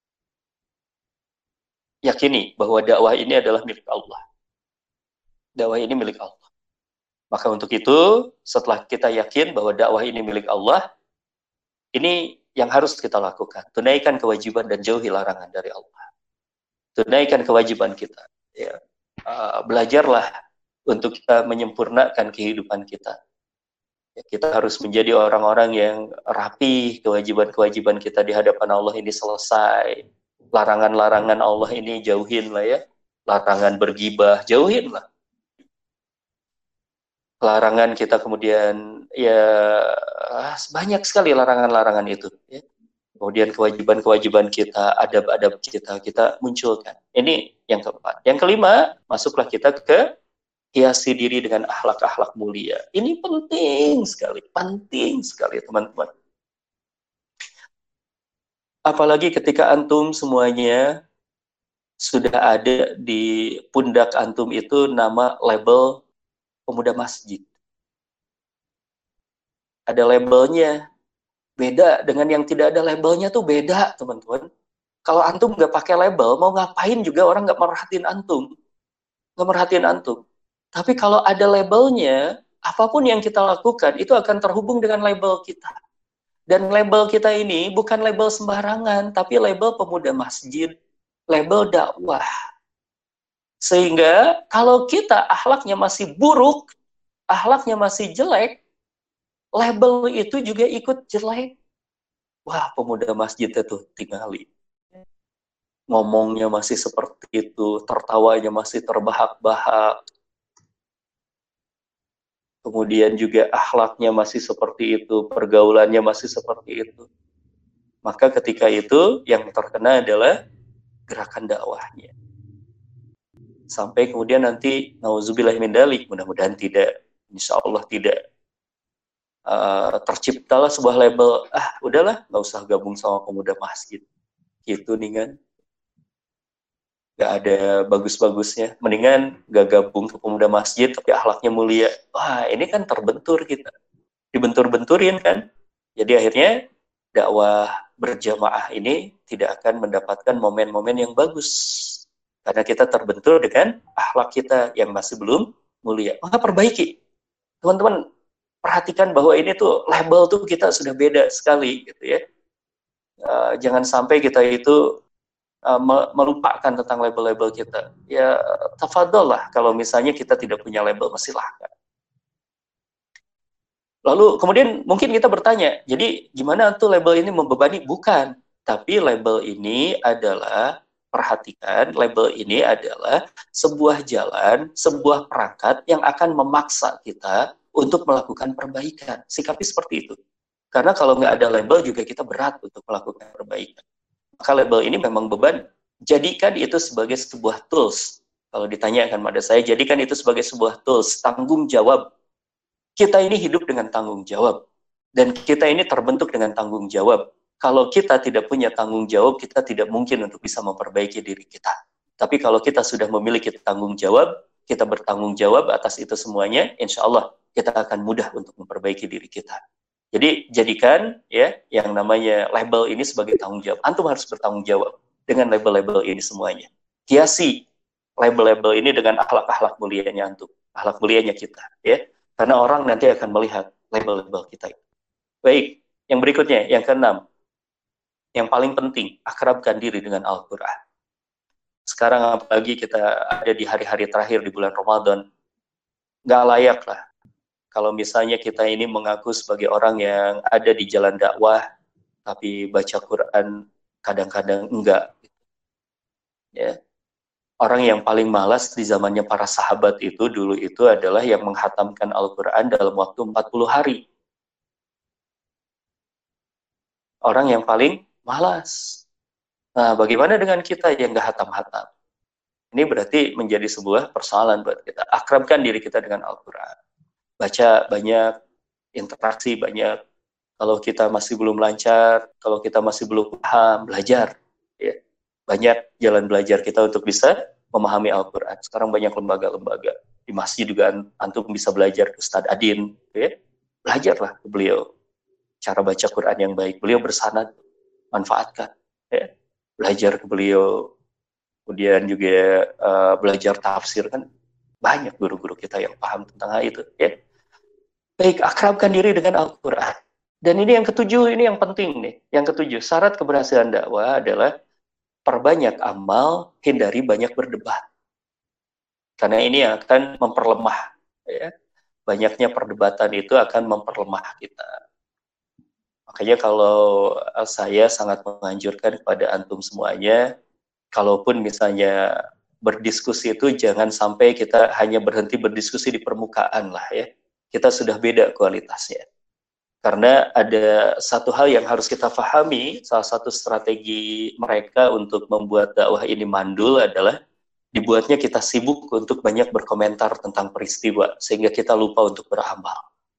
Yakini bahwa dakwah ini adalah milik Allah. Dakwah ini milik Allah. Maka untuk itu, setelah kita yakin bahwa dakwah ini milik Allah, ini yang harus kita lakukan. Tunaikan kewajiban dan jauhi larangan dari Allah. Tunaikan kewajiban kita. Ya. Uh, belajarlah untuk kita menyempurnakan kehidupan kita. Ya, kita harus menjadi orang-orang yang rapi, kewajiban-kewajiban kita di hadapan Allah ini selesai. Larangan-larangan Allah ini jauhin lah ya. Larangan bergibah, jauhin lah. Larangan kita kemudian, ya banyak sekali larangan-larangan itu. Ya. Kemudian kewajiban-kewajiban kita, adab-adab kita, kita munculkan. Ini yang keempat. Yang kelima, masuklah kita ke hiasi diri dengan akhlak-akhlak mulia. Ini penting sekali, penting sekali teman-teman. Apalagi ketika antum semuanya sudah ada di pundak antum itu nama label pemuda masjid. Ada labelnya. Beda dengan yang tidak ada labelnya tuh beda, teman-teman. Kalau antum nggak pakai label, mau ngapain juga orang nggak merhatiin antum. Nggak merhatiin antum. Tapi kalau ada labelnya, apapun yang kita lakukan, itu akan terhubung dengan label kita. Dan label kita ini bukan label sembarangan, tapi label pemuda masjid, label dakwah. Sehingga kalau kita akhlaknya masih buruk, akhlaknya masih jelek, label itu juga ikut jelek. Wah, pemuda masjid itu tinggali. Ngomongnya masih seperti itu, tertawanya masih terbahak-bahak. Kemudian juga akhlaknya masih seperti itu, pergaulannya masih seperti itu. Maka ketika itu yang terkena adalah gerakan dakwahnya. Sampai kemudian nanti, nauzubillah min dzalik, mudah-mudahan tidak, insya Allah tidak, uh, terciptalah sebuah label, ah udahlah, nggak usah gabung sama pemuda masjid. Gitu nih kan. Gak ada bagus-bagusnya. Mendingan gak gabung ke pemuda masjid, tapi akhlaknya mulia. Wah, ini kan terbentur kita. Dibentur-benturin kan. Jadi akhirnya dakwah berjamaah ini tidak akan mendapatkan momen-momen yang bagus. Karena kita terbentur dengan akhlak kita yang masih belum mulia. Maka perbaiki. Teman-teman, perhatikan bahwa ini tuh label tuh kita sudah beda sekali gitu ya. Uh, jangan sampai kita itu uh, melupakan tentang label-label kita. Ya, tafadhol lah kalau misalnya kita tidak punya label, silahkan. Lalu kemudian mungkin kita bertanya, jadi gimana tuh label ini membebani? Bukan, tapi label ini adalah, perhatikan, label ini adalah sebuah jalan, sebuah perangkat yang akan memaksa kita untuk melakukan perbaikan. Sikapi seperti itu. Karena kalau nggak ada label juga kita berat untuk melakukan perbaikan. Maka label ini memang beban. Jadikan itu sebagai sebuah tools. Kalau ditanyakan pada saya, jadikan itu sebagai sebuah tools, tanggung jawab. Kita ini hidup dengan tanggung jawab. Dan kita ini terbentuk dengan tanggung jawab. Kalau kita tidak punya tanggung jawab, kita tidak mungkin untuk bisa memperbaiki diri kita. Tapi kalau kita sudah memiliki tanggung jawab, kita bertanggung jawab atas itu semuanya, insya Allah kita akan mudah untuk memperbaiki diri kita. Jadi jadikan ya yang namanya label ini sebagai tanggung jawab. Antum harus bertanggung jawab dengan label-label ini semuanya. Hiasi label-label ini dengan akhlak-akhlak mulianya antum, akhlak mulianya kita, ya. Karena orang nanti akan melihat label-label kita. Baik, yang berikutnya, yang keenam, yang paling penting, akrabkan diri dengan Al-Quran. Sekarang apalagi kita ada di hari-hari terakhir di bulan Ramadan, nggak layak lah kalau misalnya kita ini mengaku sebagai orang yang ada di jalan dakwah, tapi baca Quran kadang-kadang enggak. Ya. Orang yang paling malas di zamannya para sahabat itu dulu itu adalah yang menghatamkan Al-Quran dalam waktu empat puluh hari. Orang yang paling malas. Nah, bagaimana dengan kita yang nggak hatam-hatam? Ini berarti menjadi sebuah persoalan buat kita. Akrabkan diri kita dengan Al-Quran. Baca banyak, interaksi banyak. Kalau kita masih belum lancar, kalau kita masih belum paham, belajar. Ya. banyak jalan belajar kita untuk bisa memahami Al-Quran. Sekarang banyak lembaga-lembaga. Di masjid juga antum bisa belajar ke Ustadz Adin. Ya. Belajarlah ke beliau. Cara baca Quran yang baik. Beliau bersanad. Manfaatkan. Ya. Belajar ke beliau. Kemudian juga uh, belajar tafsir. Kan banyak guru-guru kita yang paham tentang hal itu. Ya. Baik, akrabkan diri dengan Al-Quran. Dan ini yang ketujuh, ini yang penting nih. Yang ketujuh, syarat keberhasilan dakwah adalah perbanyak amal, hindari banyak berdebat. Karena ini akan memperlemah. Ya. Banyaknya perdebatan itu akan memperlemah kita. Makanya kalau saya sangat menganjurkan kepada antum semuanya, kalaupun misalnya berdiskusi itu jangan sampai kita hanya berhenti berdiskusi di permukaan lah ya. Kita sudah beda kualitasnya. Karena ada satu hal yang harus kita pahami, salah satu strategi mereka untuk membuat dakwah ini mandul adalah dibuatnya kita sibuk untuk banyak berkomentar tentang peristiwa, sehingga kita lupa untuk beramal.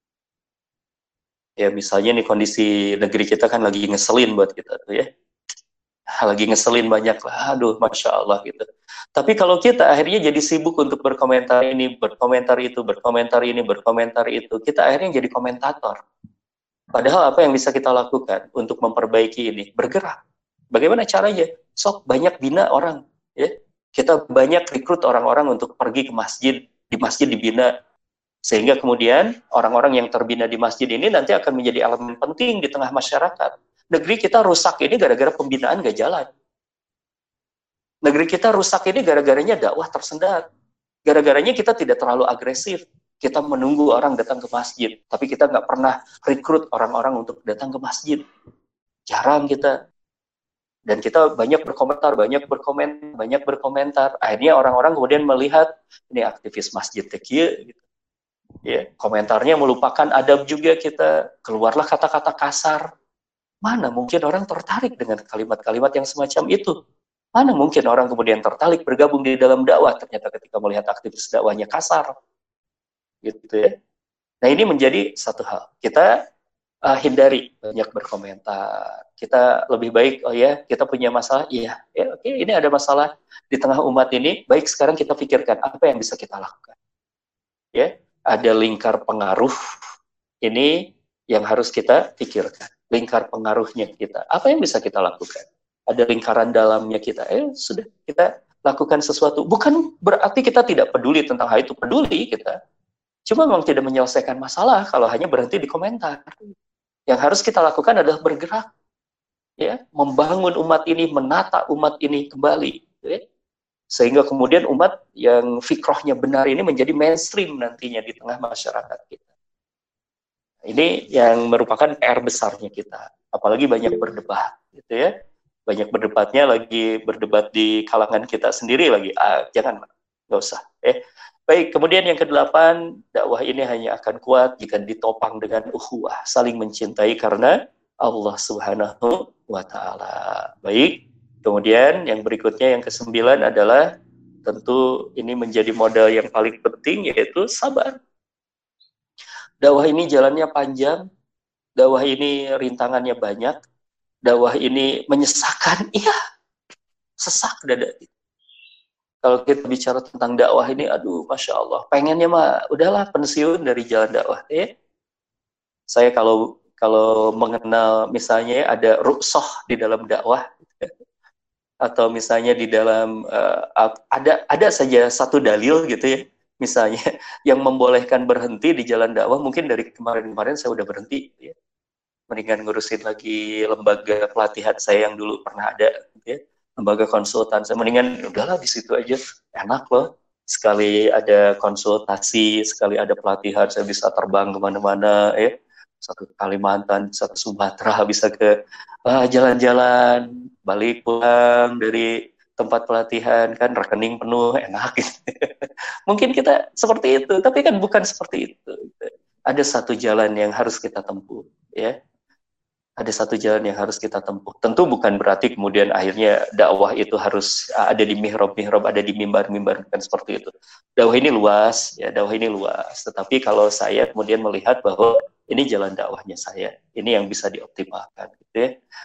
Ya misalnya nih kondisi negeri kita kan lagi ngeselin buat kita tuh ya. Lagi ngeselin banyak lah, aduh Masya Allah gitu. Tapi kalau kita akhirnya jadi sibuk untuk berkomentar ini, berkomentar itu, berkomentar ini, berkomentar itu, kita akhirnya jadi komentator. Padahal apa yang bisa kita lakukan untuk memperbaiki ini? Bergerak. Bagaimana caranya? Sok banyak bina orang. Ya. Kita banyak rekrut orang-orang untuk pergi ke masjid. Di masjid dibina. Sehingga kemudian orang-orang yang terbina di masjid ini nanti akan menjadi elemen penting di tengah masyarakat. Negeri kita rusak ini gara-gara pembinaan gak jalan. Negeri kita rusak ini gara-garanya dakwah tersendat. Gara-garanya kita tidak terlalu agresif. Kita menunggu orang datang ke masjid, tapi kita nggak pernah rekrut orang-orang untuk datang ke masjid. Jarang kita. Dan kita banyak berkomentar, banyak berkomentar, banyak berkomentar. Akhirnya orang-orang kemudian melihat, ini aktivis masjid tekiye, gitu. Ya, komentarnya melupakan adab juga kita. Keluarlah kata-kata kasar. Mana mungkin orang tertarik dengan kalimat-kalimat yang semacam itu? Mana mungkin orang kemudian tertarik bergabung di dalam dakwah, ternyata ketika melihat aktivis dakwahnya kasar. Gitu ya. Nah ini menjadi satu hal. Kita uh, hindari banyak berkomentar. Kita lebih baik, oh ya, kita punya masalah, iya, ya, oke, okay, ini ada masalah di tengah umat ini. Baik, sekarang kita pikirkan apa yang bisa kita lakukan. Ya, ada lingkar pengaruh ini yang harus kita pikirkan. Lingkar pengaruhnya kita. Apa yang bisa kita lakukan? Ada lingkaran dalamnya kita. Eh sudah kita lakukan sesuatu. Bukan berarti kita tidak peduli tentang hal itu. Peduli kita. Cuma memang tidak menyelesaikan masalah kalau hanya berhenti di komentar. Yang harus kita lakukan adalah bergerak, ya, membangun umat ini, menata umat ini kembali, ya. Sehingga kemudian umat yang fikrohnya benar ini menjadi mainstream nantinya di tengah masyarakat kita. Ini yang merupakan P R besarnya kita. Apalagi banyak berdebat, gitu ya. Banyak berdebatnya lagi berdebat di kalangan kita sendiri lagi. Ah, jangan, nggak usah, ya. Baik, kemudian yang kedelapan, dakwah ini hanya akan kuat jika ditopang dengan ukhuwah, saling mencintai karena Allah Subhanahu wa Ta'ala. Baik, kemudian yang berikutnya, yang kesembilan adalah tentu ini menjadi modal yang paling penting, yaitu sabar. Dakwah ini jalannya panjang, dakwah ini rintangannya banyak, dakwah ini menyesakan, iya, sesak dada kita. Kalau kita bicara tentang dakwah ini, aduh, Masya Allah, pengennya mah, udahlah pensiun dari jalan dakwah. Ya. Saya kalau kalau mengenal misalnya ada rukshoh di dalam dakwah, atau misalnya di dalam, uh, ada ada saja satu dalil gitu ya, misalnya, yang membolehkan berhenti di jalan dakwah, mungkin dari kemarin-kemarin saya udah berhenti. Ya. Mendingan ngurusin lagi lembaga pelatihan saya yang dulu pernah ada, gitu ya. Lembaga konsultan, saya mendingan udahlah di situ aja, enak loh, sekali ada konsultasi, sekali ada pelatihan, saya bisa terbang kemana-mana, ya, satu ke Kalimantan, satu Sumatera, bisa ke ah, jalan-jalan, balik pulang dari tempat pelatihan, kan rekening penuh, enak gitu. Mungkin kita seperti itu, tapi kan bukan seperti itu. Ada satu jalan yang harus kita tempuh, ya. Ada satu jalan yang harus kita tempuh. Tentu bukan berarti kemudian akhirnya dakwah itu harus ada di mihrab-mihrab, ada di mimbar-mimbar, bukan seperti itu. Dakwah ini luas, ya dakwah ini luas. Tetapi kalau saya kemudian melihat bahwa ini jalan dakwahnya saya, ini yang bisa dioptimalkan, gitu ya.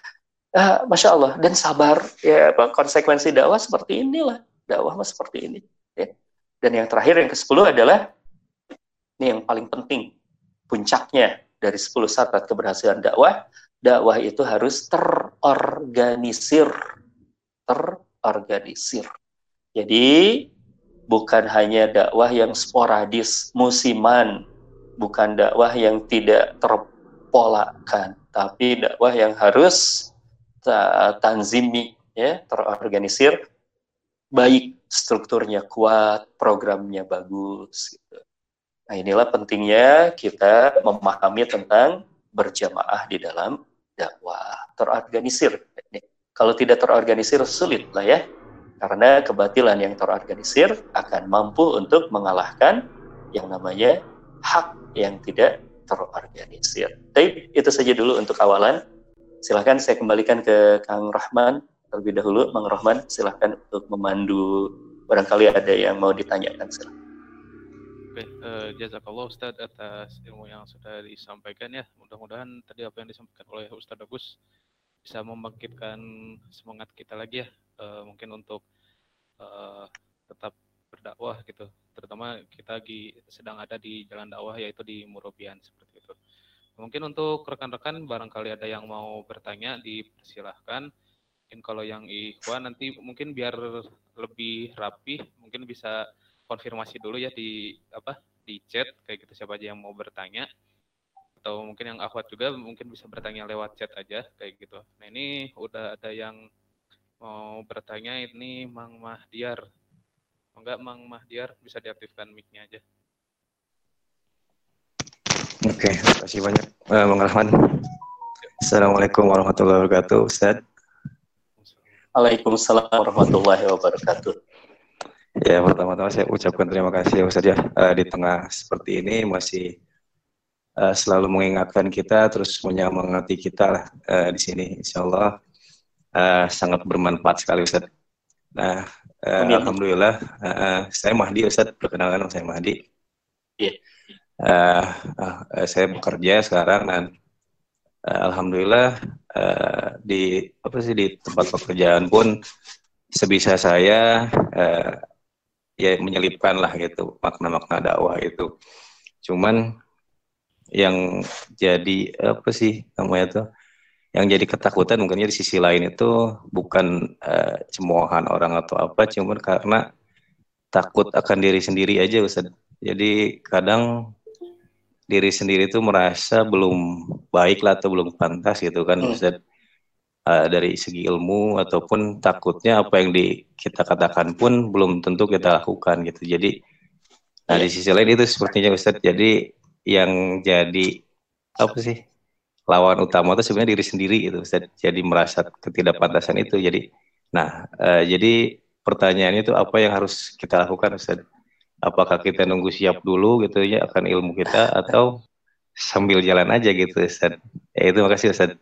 Ah, Masya Allah, dan sabar. Ya, apa, konsekuensi dakwah seperti inilah. Dakwah mah seperti ini. Ya. Dan yang terakhir, yang kesepuluh adalah, ini yang paling penting, puncaknya dari sepuluh syarat keberhasilan dakwah, dakwah itu harus terorganisir. Terorganisir. Jadi, bukan hanya dakwah yang sporadis, musiman, bukan dakwah yang tidak terpolakan, tapi dakwah yang harus tanzimi, ya, terorganisir, baik, strukturnya kuat, programnya bagus. Gitu. Nah, inilah pentingnya kita memahami tentang berjamaah di dalam dakwah, terorganisir. Kalau tidak terorganisir sulit lah ya, karena kebatilan yang terorganisir akan mampu untuk mengalahkan yang namanya hak yang tidak terorganisir. Baik, itu saja dulu untuk awalan. Silahkan saya kembalikan ke Kang Rahman terlebih dahulu. Mang Rahman, silahkan untuk memandu, barangkali ada yang mau ditanyakan. Silahkan. Oke, uh, jazakallah Ustadz atas ilmu yang sudah disampaikan ya. Mudah-mudahan tadi apa yang disampaikan oleh Ustadz Agus bisa membangkitkan semangat kita lagi ya. Uh, mungkin untuk uh, tetap berdakwah gitu. Terutama kita lagi sedang ada di jalan dakwah yaitu di Murobian seperti itu. Mungkin untuk rekan-rekan barangkali ada yang mau bertanya, dipersilahkan. Mungkin kalau yang ikhwan nanti mungkin biar lebih rapi, mungkin bisa konfirmasi dulu ya di apa di chat kayak gitu, siapa aja yang mau bertanya. Atau mungkin yang akhwat juga mungkin bisa bertanya lewat chat aja kayak gitu. Nah, ini udah ada yang mau bertanya, ini Mang Mahdiar. Enggak, Mang Mahdiar bisa diaktifkan mic-nya aja. Oke, terima kasih banyak, uh, Bang Rahman. Assalamualaikum warahmatullahi wabarakatuh, Ustaz. Waalaikumsalam warahmatullahi wabarakatuh. Ya, pertama-tama saya ucapkan terima kasih ya Ustaz ya, uh, di tengah seperti ini masih uh, selalu mengingatkan kita, terus menyemangati kita lah uh, di sini. Insya Allah uh, sangat bermanfaat sekali Ustaz. Nah, uh, alhamdulillah, uh, saya Mahdi Ustaz, perkenalkan saya Mahdi. Iya. Yeah. Uh, uh, saya bekerja sekarang dan uh, alhamdulillah uh, di apa sih di tempat pekerjaan pun sebisa saya uh, ya menyelipkan lah gitu makna-makna dakwah itu. Cuman yang jadi apa sih namanya tuh yang jadi ketakutan mungkinnya di sisi lain itu bukan uh, cemoohan orang atau apa, cuman karena takut akan diri sendiri aja Ustaz. Jadi kadang diri sendiri itu merasa belum baik lah atau belum pantas gitu kan hmm. Ustaz, uh, dari segi ilmu, ataupun takutnya apa yang di, kita katakan pun belum tentu kita lakukan gitu. Jadi nah di sisi lain itu sepertinya Ustaz, jadi yang jadi apa sih lawan utama itu sebenarnya diri sendiri gitu Ustaz. Jadi merasa ketidakpantasan itu. Jadi nah uh, jadi pertanyaannya itu apa yang harus kita lakukan Ustaz? Apakah kita nunggu siap dulu gitu ya akan ilmu kita, atau sambil jalan aja gitu Ustaz? Ya itu, makasih Ustaz.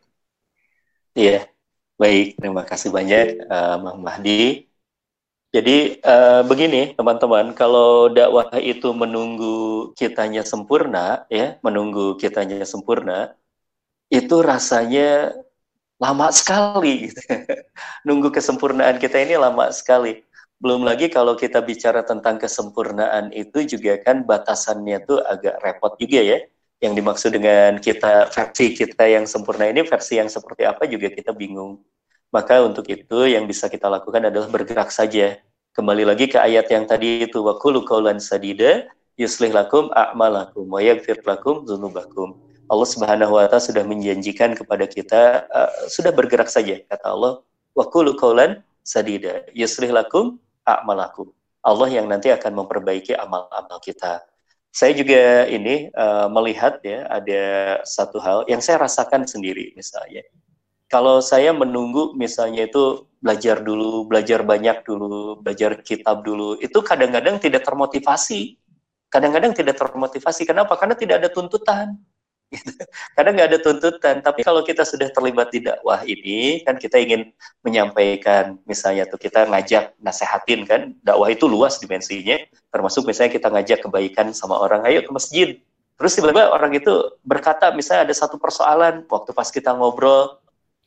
Iya, baik, terima kasih banyak uh, Mang Mahdi. Jadi uh, begini teman-teman, kalau dakwah itu menunggu kitanya sempurna, ya, menunggu kitanya sempurna, itu rasanya lama sekali. Gitu. Nunggu kesempurnaan kita ini lama sekali. Belum lagi kalau kita bicara tentang kesempurnaan itu juga kan batasannya tuh agak repot juga ya. Yang dimaksud dengan kita versi kita yang sempurna ini versi yang seperti apa juga kita bingung. Maka untuk itu yang bisa kita lakukan adalah bergerak saja. Kembali lagi ke ayat yang tadi itu, wa qulu qawlan sadida yuslih lakum a'malakum wa yaghfir lakum dzunubakum. Allah Subhanahu wa taala sudah menjanjikan kepada kita uh, sudah bergerak saja, kata Allah, wa qulu qawlan sadida yuslih lakum a'malakum. Allah yang nanti akan memperbaiki amal-amal kita. Saya juga ini uh, melihat ya ada satu hal yang saya rasakan sendiri misalnya. Kalau saya menunggu misalnya itu belajar dulu, belajar banyak dulu, belajar kitab dulu, itu kadang-kadang tidak termotivasi. Kadang-kadang tidak termotivasi. Kenapa? Karena tidak ada tuntutan. Kadang nggak ada tuntutan, tapi kalau kita sudah terlibat di dakwah ini, kan kita ingin menyampaikan, misalnya tuh kita ngajak, nasehatin kan, dakwah itu luas dimensinya, termasuk misalnya kita ngajak kebaikan sama orang, ayo ke masjid, terus tiba-tiba orang itu berkata, misalnya ada satu persoalan, waktu pas kita ngobrol,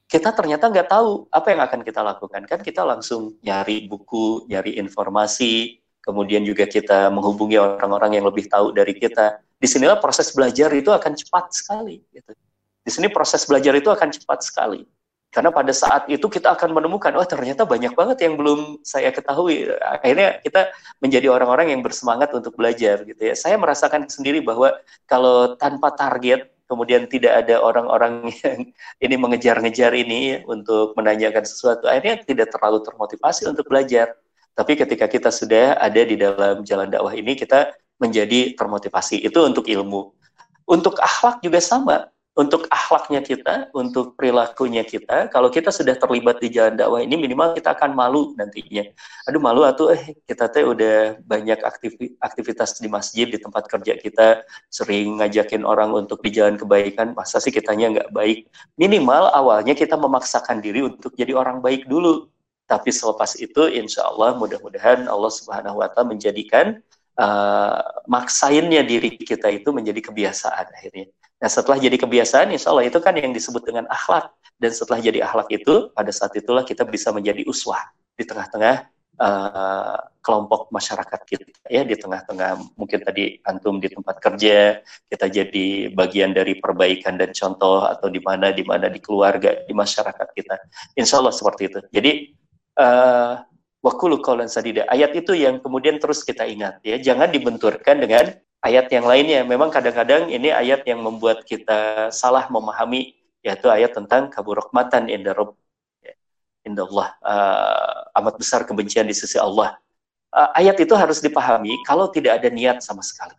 kita ternyata nggak tahu apa yang akan kita lakukan. Kan kita langsung nyari buku, nyari informasi, kemudian juga kita menghubungi orang-orang yang lebih tahu dari kita. Disinilah proses belajar itu akan cepat sekali. Gitu. Di sini proses belajar itu akan cepat sekali. Karena pada saat itu kita akan menemukan, oh ternyata banyak banget yang belum saya ketahui. Akhirnya kita menjadi orang-orang yang bersemangat untuk belajar. Gitu ya. Saya merasakan sendiri bahwa kalau tanpa target, kemudian tidak ada orang-orang yang ini mengejar-ngejar ini untuk menanyakan sesuatu, akhirnya tidak terlalu termotivasi untuk belajar. Tapi ketika kita sudah ada di dalam jalan dakwah ini, kita menjadi termotivasi. Itu untuk ilmu. Untuk akhlak juga sama. Untuk akhlaknya kita, untuk perilakunya kita, kalau kita sudah terlibat di jalan dakwah ini, minimal kita akan malu nantinya. Aduh malu atuh, eh kita teh udah banyak aktivitas di masjid, di tempat kerja kita, sering ngajakin orang untuk di jalan kebaikan, masa sih kitanya nggak baik? Minimal awalnya kita memaksakan diri untuk jadi orang baik dulu. Tapi selepas itu, insya Allah mudah-mudahan Allah Subhanahu Wa Taala menjadikan uh, maksainnya diri kita itu menjadi kebiasaan akhirnya. Nah setelah jadi kebiasaan, insya Allah itu kan yang disebut dengan akhlak. Dan setelah jadi akhlak itu, pada saat itulah kita bisa menjadi uswah di tengah-tengah uh, kelompok masyarakat kita. Ya, di tengah-tengah mungkin tadi antum di tempat kerja, kita jadi bagian dari perbaikan dan contoh, atau di mana di mana di keluarga, di masyarakat kita. Insya Allah seperti itu. Jadi uh, wa qulu qawlan sadida. Ayat itu yang kemudian terus kita ingat. Ya, jangan dibenturkan dengan ayat yang lainnya. Memang kadang-kadang ini ayat yang membuat kita salah memahami, yaitu ayat tentang kabur rahmatan inda rabb, inda Allah, uh, amat besar kebencian di sisi Allah. Uh, ayat itu harus dipahami kalau tidak ada niat sama sekali.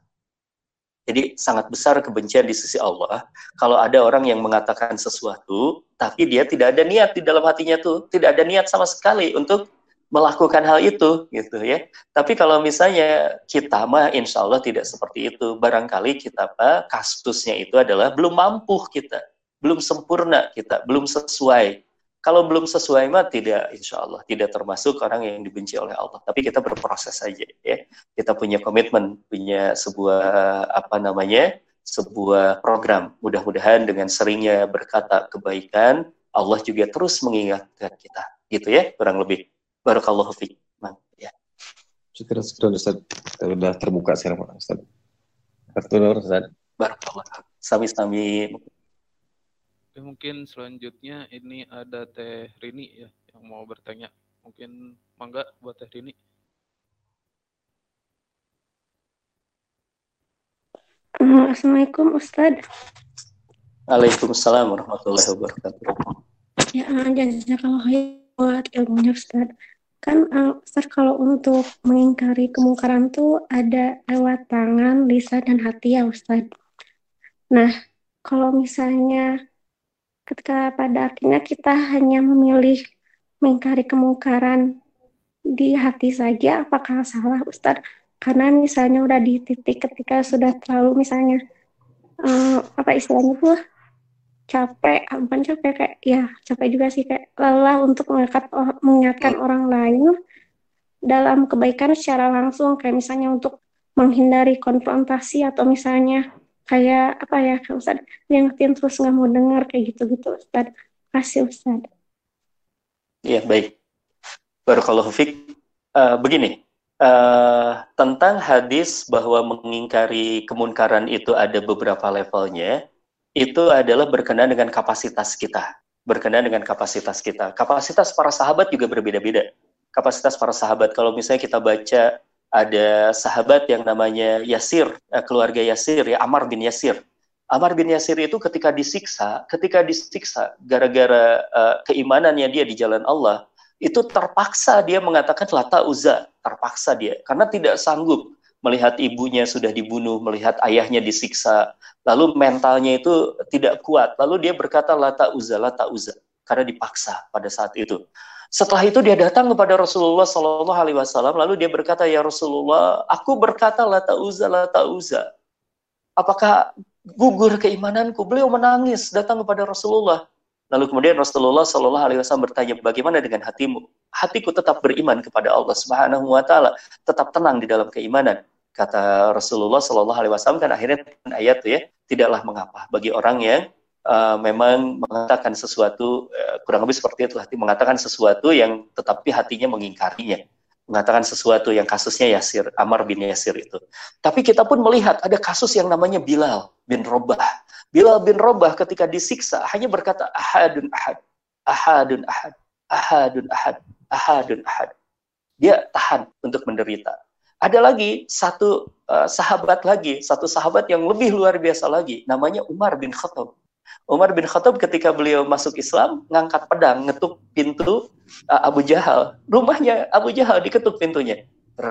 Jadi sangat besar kebencian di sisi Allah kalau ada orang yang mengatakan sesuatu tapi dia tidak ada niat di dalam hatinya tuh, tidak ada niat sama sekali untuk melakukan hal itu, gitu ya. Tapi kalau misalnya kita mah insya Allah tidak seperti itu. Barangkali kita apa, kasusnya itu adalah belum mampu kita, belum sempurna kita, belum sesuai. Kalau belum sesuai mah tidak, insya Allah tidak termasuk orang yang dibenci oleh Allah. Tapi kita berproses saja, ya. Kita punya komitmen, punya sebuah apa namanya, sebuah program. Mudah-mudahan dengan seringnya berkata kebaikan, Allah juga terus mengingatkan kita, gitu ya, kurang lebih. Barakallahu fiik. Ya. Syukur, syukur Ustaz. Sudah terbuka sekarang Pak Ustaz. Betul Ustaz. Barakallahu. Sami-sami. Mungkin selanjutnya ini ada Teh Rini ya yang mau bertanya. Mungkin mangga buat Teh Rini. Assalamualaikum Ustaz. Waalaikumsalam warahmatullahi wabarakatuh. Ya, jazakallahu khairan buat ilmunya Ustaz. Kan uh, Ustaz kalau untuk mengingkari kemungkaran tuh ada lewat tangan, lisan, dan hati ya Ustaz. Nah, kalau misalnya ketika pada akhirnya kita hanya memilih mengingkari kemungkaran di hati saja, apakah salah Ustaz? Karena misalnya udah di titik ketika sudah terlalu misalnya uh, apa istilahnya tuh capek, bukan capek kayak ya capek juga sih kayak lelah untuk mengingat, mengingatkan hmm. orang lain dalam kebaikan secara langsung, kayak misalnya untuk menghindari konfrontasi atau misalnya kayak apa ya Ustaz ngingetin terus nggak mau dengar kayak gitu-gitu Ustaz. Kasih Ustaz. Iya baik. Barakallahu fiik. Uh, begini uh, tentang hadis bahwa mengingkari kemunkaran itu ada beberapa levelnya. Itu adalah berkenaan dengan kapasitas kita. Berkenaan dengan kapasitas kita. Kapasitas para sahabat juga berbeda-beda. Kapasitas para sahabat, kalau misalnya kita baca, ada sahabat yang namanya Yasir, keluarga Yasir, ya Ammar bin Yasir. Ammar bin Yasir itu ketika disiksa, ketika disiksa, gara-gara uh, keimanannya dia di jalan Allah, itu terpaksa dia mengatakan lata uzza, terpaksa dia, karena tidak sanggup melihat ibunya sudah dibunuh, melihat ayahnya disiksa, lalu mentalnya itu tidak kuat, lalu dia berkata lata uzza, lata uzza, karena dipaksa pada saat itu. Setelah itu dia datang kepada Rasulullah Shallallahu Alaihi Wasallam, lalu dia berkata, ya Rasulullah, aku berkata lata uzza, lata uzza, apakah gugur keimananku? Beliau menangis datang kepada Rasulullah. Lalu kemudian Rasulullah Shallallahu Alaihi Wasallam bertanya, bagaimana dengan hatimu? Hatiku tetap beriman kepada Allah Subhanahu Wa Taala, tetap tenang di dalam keimanan. Kata Rasulullah Shallallahu Alaihi Wasallam, kan akhirnya ayat itu ya, tidaklah mengapa bagi orang yang uh, memang mengatakan sesuatu, uh, kurang lebih seperti itu, hati mengatakan sesuatu yang tetapi hatinya mengingkarinya, mengatakan sesuatu yang kasusnya Yasir, Ammar bin Yasir itu. Tapi kita pun melihat ada kasus yang namanya Bilal bin Rabah. Bilal bin Rabah ketika disiksa hanya berkata ahadun ahad, ahadun ahad, ahadun ahad, ahadun ahad. Dia tahan untuk menderita. Ada lagi satu uh, sahabat lagi, satu sahabat yang lebih luar biasa lagi, namanya Umar bin Khattab. Umar bin Khattab ketika beliau masuk Islam, ngangkat pedang, ngetuk pintu uh, Abu Jahal. Rumahnya Abu Jahal diketuk pintunya.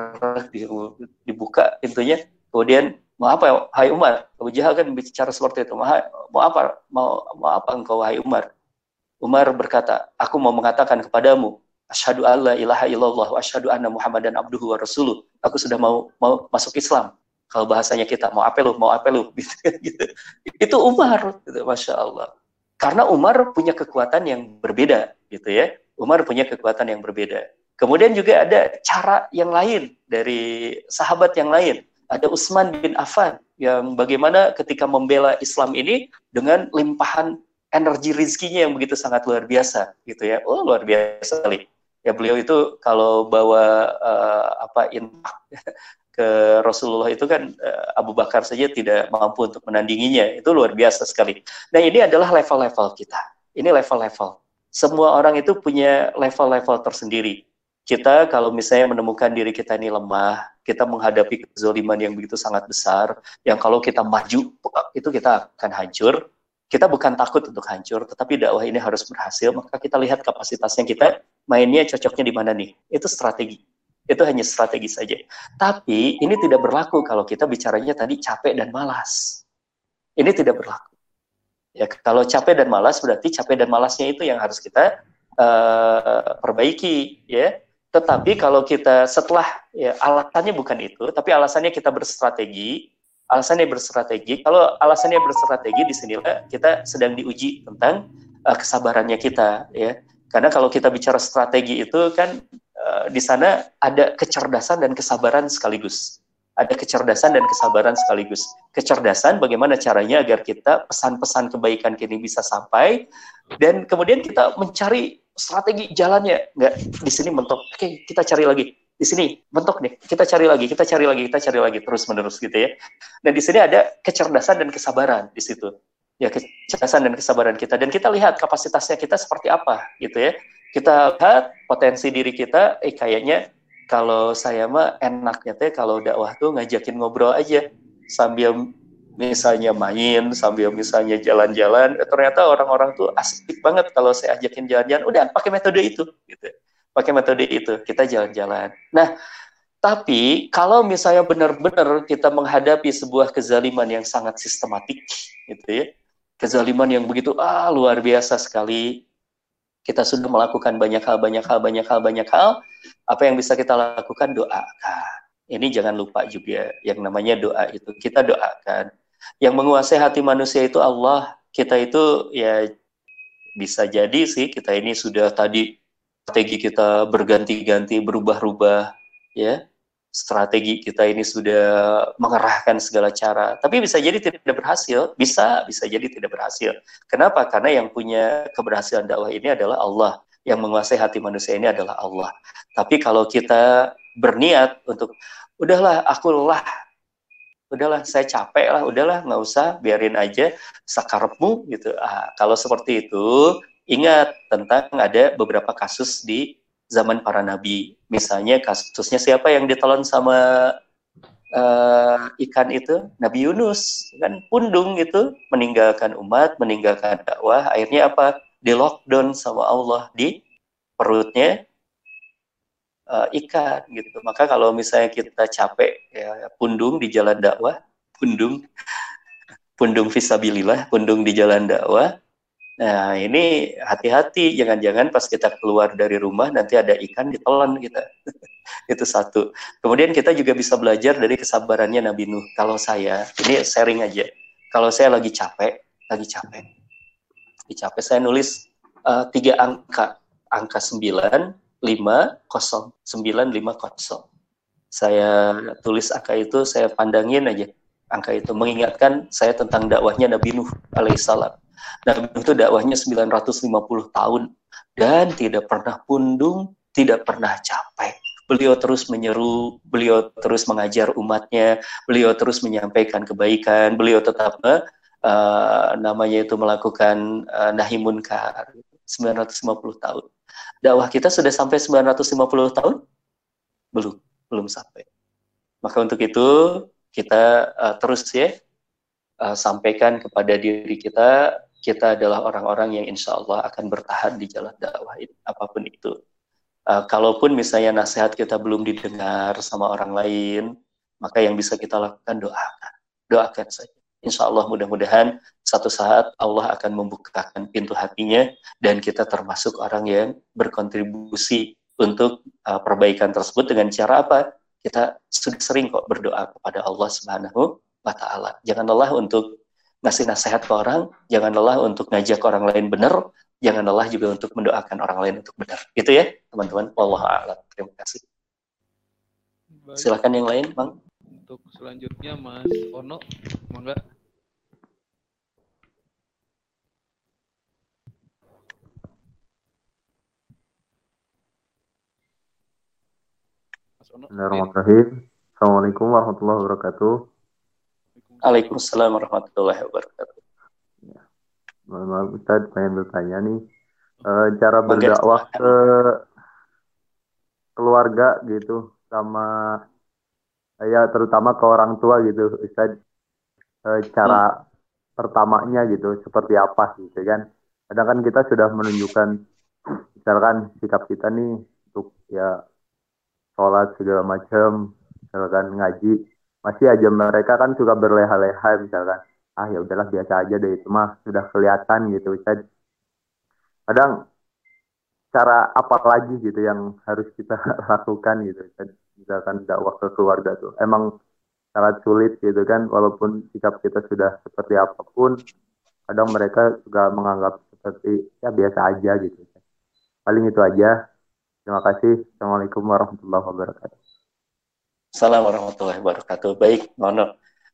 Dibuka pintunya, kemudian mau apa, hai Umar? Abu Jahal kan bicara seperti itu. Mau, mau apa? Mau, mau apa engkau, hai Umar? Umar berkata, aku mau mengatakan kepadamu, asyhadu alla ilaha illallah wa asyhadu anna Muhammadan abduhu wa rasuluh. Aku sudah mau mau masuk Islam. Kalau bahasanya kita, mau apa lu, mau apa lu, gitu. Itu Umar, gitu, Masya Allah. Karena Umar punya kekuatan yang berbeda, gitu ya. Umar punya kekuatan yang berbeda. Kemudian juga ada cara yang lain dari sahabat yang lain. Ada Utsman bin Affan yang bagaimana ketika membela Islam ini dengan limpahan energi rizkinya yang begitu sangat luar biasa, gitu ya. Oh, luar biasa sekali. Ya beliau itu kalau bawa uh, apa infak ke Rasulullah itu kan uh, Abu Bakar saja tidak mampu untuk menandinginya. Itu luar biasa sekali. Nah, ini adalah level-level kita. Ini level-level. Semua orang itu punya level-level tersendiri. Kita kalau misalnya menemukan diri kita ini lemah, kita menghadapi kezaliman yang begitu sangat besar, yang kalau kita maju itu kita akan hancur. Kita bukan takut untuk hancur, tetapi dakwah ini harus berhasil, maka kita lihat kapasitasnya kita, mainnya cocoknya di mana nih. Itu strategi. Itu hanya strategi saja. Tapi ini tidak berlaku kalau kita bicaranya tadi capek dan malas. Ini tidak berlaku. Ya, kalau capek dan malas berarti capek dan malasnya itu yang harus kita uh, perbaiki, ya. Tetapi kalau kita setelah ya, alasannya bukan itu, tapi alasannya kita berstrategi. Alasannya berstrategi, kalau alasannya berstrategi di sinilah kita sedang diuji tentang uh, kesabarannya kita, ya. Karena kalau kita bicara strategi itu kan uh, di sana ada kecerdasan dan kesabaran sekaligus. Ada kecerdasan dan kesabaran sekaligus. Kecerdasan bagaimana caranya agar kita pesan-pesan kebaikan ini bisa sampai, dan kemudian kita mencari strategi jalannya. Nggak di sini mentok, oke kita cari lagi. Di sini bentuk nih, kita cari lagi, kita cari lagi, kita cari lagi terus menerus gitu ya. Dan di sini ada kecerdasan dan kesabaran di situ. Ya, kecerdasan dan kesabaran kita, dan kita lihat kapasitasnya kita seperti apa gitu ya. Kita lihat potensi diri kita, eh kayaknya kalau saya mah enaknya teh kalau dakwah tuh ngajakin ngobrol aja sambil misalnya main, sambil misalnya jalan-jalan. Ternyata orang-orang tuh asik banget kalau saya ajakin jalan-jalan. Udah pakai metode itu gitu. Pakai metode itu, kita jalan-jalan. Nah, tapi kalau misalnya benar-benar kita menghadapi sebuah kezaliman yang sangat sistematik, gitu ya, kezaliman yang begitu ah luar biasa sekali, kita sudah melakukan banyak hal, banyak hal, banyak hal, banyak hal, apa yang bisa kita lakukan? Doakan. Ini jangan lupa juga yang namanya doa itu, kita doakan. Yang menguasai hati manusia itu Allah. Kita itu ya bisa jadi sih kita ini sudah tadi strategi kita berganti-ganti, berubah-ubah, ya. Strategi kita ini sudah mengerahkan segala cara, tapi bisa jadi tidak berhasil, bisa, bisa jadi tidak berhasil. Kenapa? Karena yang punya keberhasilan dakwah ini adalah Allah, yang menguasai hati manusia ini adalah Allah. Tapi kalau kita berniat untuk, udahlah, aku lelah, udahlah, saya capek lah, udahlah, nggak usah, biarin aja, sakarepmu, gitu. Ah, kalau seperti itu, ingat tentang ada beberapa kasus di zaman para nabi. Misalnya kasusnya siapa yang ditelan sama uh, ikan itu? Nabi Yunus. Kan pundung itu, meninggalkan umat, meninggalkan dakwah. Akhirnya apa? Di lockdown sama Allah di perutnya uh, ikan gitu. Maka kalau misalnya kita capek, ya, pundung di jalan dakwah, pundung, pundung fisabilillah, pundung di jalan dakwah. Nah, ini hati-hati, jangan-jangan pas kita keluar dari rumah nanti ada ikan ditelan kita. Itu satu. Kemudian kita juga bisa belajar dari kesabarannya Nabi Nuh. Kalau saya, ini sharing aja. Kalau saya lagi capek, lagi capek. Lagi capek, saya nulis uh, tiga angka. Angka sembilan, lima, nol. sembilan, lima, nol. Saya tulis angka itu, saya pandangin aja. angka itu mengingatkan saya tentang dakwahnya Nabi Nuh alaihissalam. Nabi Nuh itu dakwahnya sembilan ratus lima puluh tahun dan tidak pernah pundung, tidak pernah capek. Beliau terus menyeru, beliau terus mengajar umatnya, beliau terus menyampaikan kebaikan, beliau tetap uh, namanya itu melakukan uh, nahi munkar. sembilan ratus lima puluh tahun. Dakwah kita sudah sampai sembilan ratus lima puluh tahun? Belum, belum sampai. Maka untuk itu kita uh, terus ya uh, sampaikan kepada diri kita, kita adalah orang-orang yang insya Allah akan bertahan di jalan dakwah ini, apapun itu. Uh, kalaupun misalnya nasihat kita belum didengar sama orang lain, maka yang bisa kita lakukan doakan, doakan saja. Insya Allah mudah-mudahan satu saat Allah akan membukakan pintu hatinya dan kita termasuk orang yang berkontribusi untuk uh, perbaikan tersebut dengan cara apa? Kita sudah sering kok berdoa kepada Allah Subhanahu wa Ta'ala. Jangan lelah untuk ngasih nasihat ke orang, jangan lelah untuk ngajak orang lain benar, jangan lelah juga untuk mendoakan orang lain untuk benar. Gitu ya, teman-teman. Wallahu a'lam. Terima kasih. Baik. Silakan yang lain, Bang. Untuk selanjutnya Mas Ono, mangga. Bismillahirrahmanirrahim. Assalamualaikum warahmatullahi wabarakatuh. Waalaikumsalam warahmatullahi wabarakatuh. Ya. Maaf Ustaz, pengen bertanya nih, e, cara berdakwah ke keluarga gitu, sama ya terutama ke orang tua gitu, Ustaz, e, cara hmm. pertamanya gitu, seperti apa gitu kan? Kadang kan kita sudah menunjukkan, misalkan sikap kita nih untuk ya sholat segala macam, misalkan ngaji, masih aja mereka kan suka berleha-leha, misalkan ah ya udahlah biasa aja deh, itu mah sudah kelihatan gitu Ustaz. Kadang cara apa lagi gitu yang harus kita lakukan gitu Ustaz, misalkan dakwah ke keluarga tuh emang sangat sulit gitu kan, walaupun sikap kita sudah seperti apapun, kadang mereka juga menganggap seperti ya biasa aja gitu Ustaz. Paling itu aja. Terima kasih. Assalamualaikum warahmatullahi wabarakatuh. Assalamualaikum warahmatullahi wabarakatuh. Baik, Mono.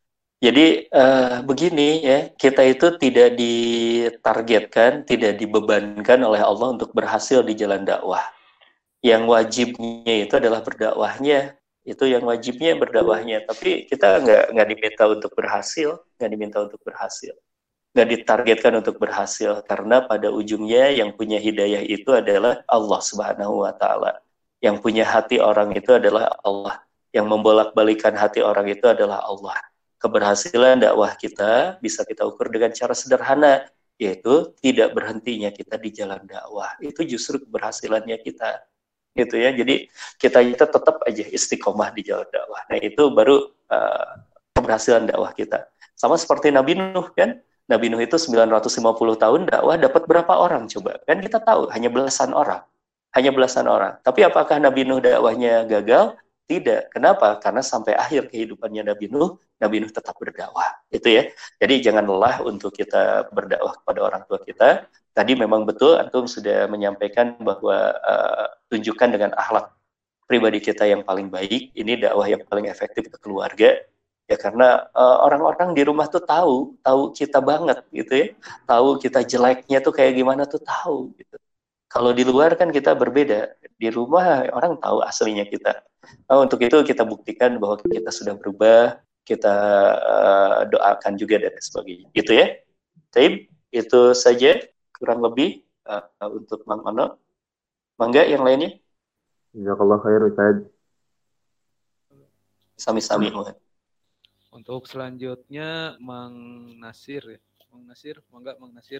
Jadi uh, begini ya, kita itu tidak ditargetkan, tidak dibebankan oleh Allah untuk berhasil di jalan dakwah. Yang wajibnya itu adalah berdakwahnya, itu yang wajibnya berdakwahnya. Tapi kita nggak nggak diminta untuk berhasil, nggak diminta untuk berhasil. Nggak ditargetkan untuk berhasil, karena pada ujungnya yang punya hidayah itu adalah Allah Subhanahu wa Ta'ala. Yang punya hati orang itu adalah Allah. Yang membolak-balikan hati orang itu adalah Allah. Keberhasilan dakwah kita bisa kita ukur dengan cara sederhana, yaitu tidak berhentinya kita di jalan dakwah. Itu justru keberhasilannya kita. Gitu ya. Jadi kita kita tetap aja istiqomah di jalan dakwah. Nah, itu baru uh, keberhasilan dakwah kita. Sama seperti Nabi Nuh kan? Nabi Nuh itu sembilan ratus lima puluh tahun dakwah, dapat berapa orang coba? Kan kita tahu hanya belasan orang. Hanya belasan orang. Tapi apakah Nabi Nuh dakwahnya gagal? Tidak. Kenapa? Karena sampai akhir kehidupannya Nabi Nuh, Nabi Nuh tetap berdakwah. Itu ya. Jadi jangan lelah untuk kita berdakwah kepada orang tua kita. Tadi memang betul antum sudah menyampaikan bahwa uh, tunjukkan dengan akhlak pribadi kita yang paling baik. Ini dakwah yang paling efektif ke keluarga. Ya karena uh, orang-orang di rumah tuh tahu, tahu kita banget gitu ya. Tahu kita jeleknya tuh kayak gimana tuh tahu gitu. Kalau di luar kan kita berbeda. Di rumah orang tahu aslinya kita. Nah, untuk itu kita buktikan bahwa kita sudah berubah, kita uh, doakan juga dan sebagainya. Gitu ya. Tapi itu saja kurang lebih uh, untuk Mang Ono. Mangga yang lainnya? Jazakallah khair Ustaz. Sami-sami. Untuk selanjutnya Mang Nasir ya. Mang Nasir, mangga Mang Nasir.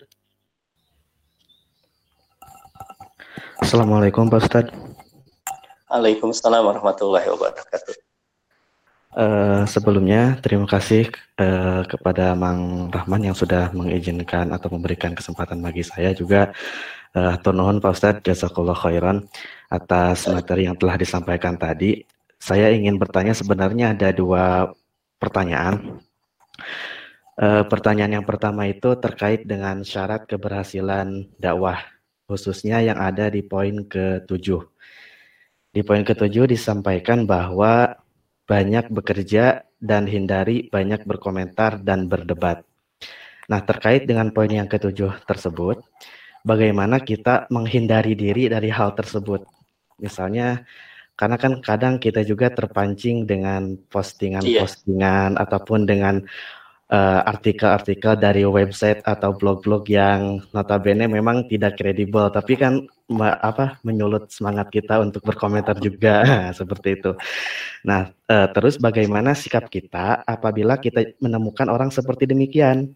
Assalamualaikum Pak Ustadz. Waalaikumsalam warahmatullahi wabarakatuh. Uh, sebelumnya terima kasih uh, kepada Mang Rahman yang sudah mengizinkan atau memberikan kesempatan bagi saya juga. Uh, Turnuhun Pak Ustadz, jazakallah khairan atas materi yang telah disampaikan tadi. Saya ingin bertanya, sebenarnya ada dua pertanyaan. Uh, pertanyaan yang pertama itu terkait dengan syarat keberhasilan dakwah, khususnya yang ada di poin ketujuh. Di poin ketujuh disampaikan bahwa banyak bekerja dan hindari banyak berkomentar dan berdebat. Nah, terkait dengan poin yang ketujuh tersebut, bagaimana kita menghindari diri dari hal tersebut? Misalnya, karena kan kadang kita juga terpancing dengan postingan-postingan ataupun dengan uh, artikel-artikel dari website atau blog-blog yang notabene memang tidak kredibel, tapi kan ma- apa menyulut semangat kita untuk berkomentar juga seperti itu. Nah, uh, terus bagaimana sikap kita apabila kita menemukan orang seperti demikian?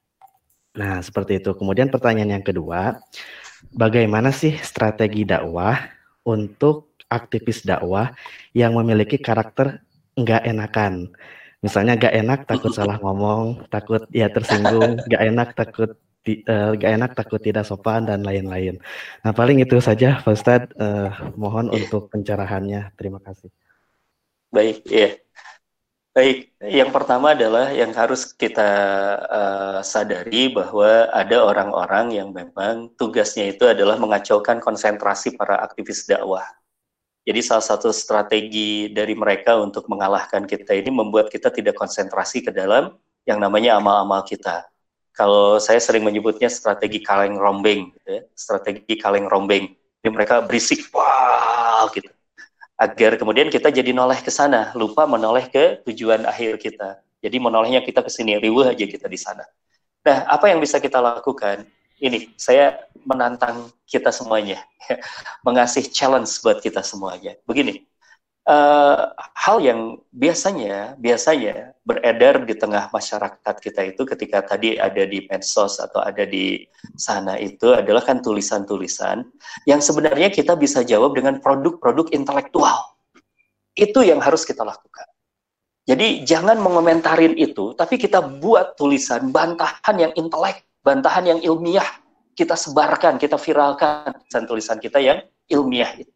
Nah, seperti itu. Kemudian pertanyaan yang kedua, bagaimana sih strategi dakwah untuk aktivis dakwah yang memiliki karakter nggak enakan? Misalnya nggak enak takut salah ngomong, takut ya tersinggung, nggak enak takut uh, nggak enak takut tidak sopan dan lain-lain. Nah, paling itu saja, Pak Ustadz. Uh, mohon yeah. untuk pencerahannya. Terima kasih. Baik, ya. Yeah. Baik, yang pertama adalah yang harus kita uh, sadari bahwa ada orang-orang yang memang tugasnya itu adalah mengacaukan konsentrasi para aktivis dakwah. Jadi salah satu strategi dari mereka untuk mengalahkan kita ini membuat kita tidak konsentrasi ke dalam yang namanya amal-amal kita. Kalau saya sering menyebutnya strategi kaleng rombeng, gitu ya. Strategi kaleng rombeng. Jadi mereka berisik, wah gitu. Agar kemudian kita jadi noleh ke sana, lupa menoleh ke tujuan akhir kita. Jadi menolehnya kita ke sini, riweuh aja kita di sana. Nah, apa yang bisa kita lakukan? Ini, saya menantang kita semuanya, mengasih challenge buat kita semuanya. Begini, uh, hal yang biasanya, biasanya beredar di tengah masyarakat kita itu ketika tadi ada di medsos atau ada di sana itu adalah kan tulisan-tulisan yang sebenarnya kita bisa jawab dengan produk-produk intelektual. Itu yang harus kita lakukan. Jadi jangan mengomentarin itu, tapi kita buat tulisan bantahan yang intelek, bantahan yang ilmiah, kita sebarkan, kita viralkan tulisan-tulisan kita yang ilmiah itu.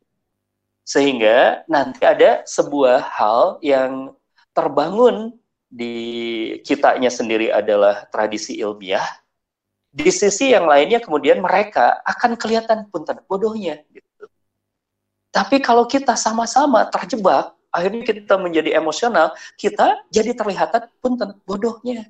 Sehingga nanti ada sebuah hal yang terbangun di kitanya sendiri adalah tradisi ilmiah. Di sisi yang lainnya kemudian mereka akan kelihatan punten bodohnya gitu. Tapi kalau kita sama-sama terjebak, akhirnya kita menjadi emosional, kita jadi terlihat punten bodohnya.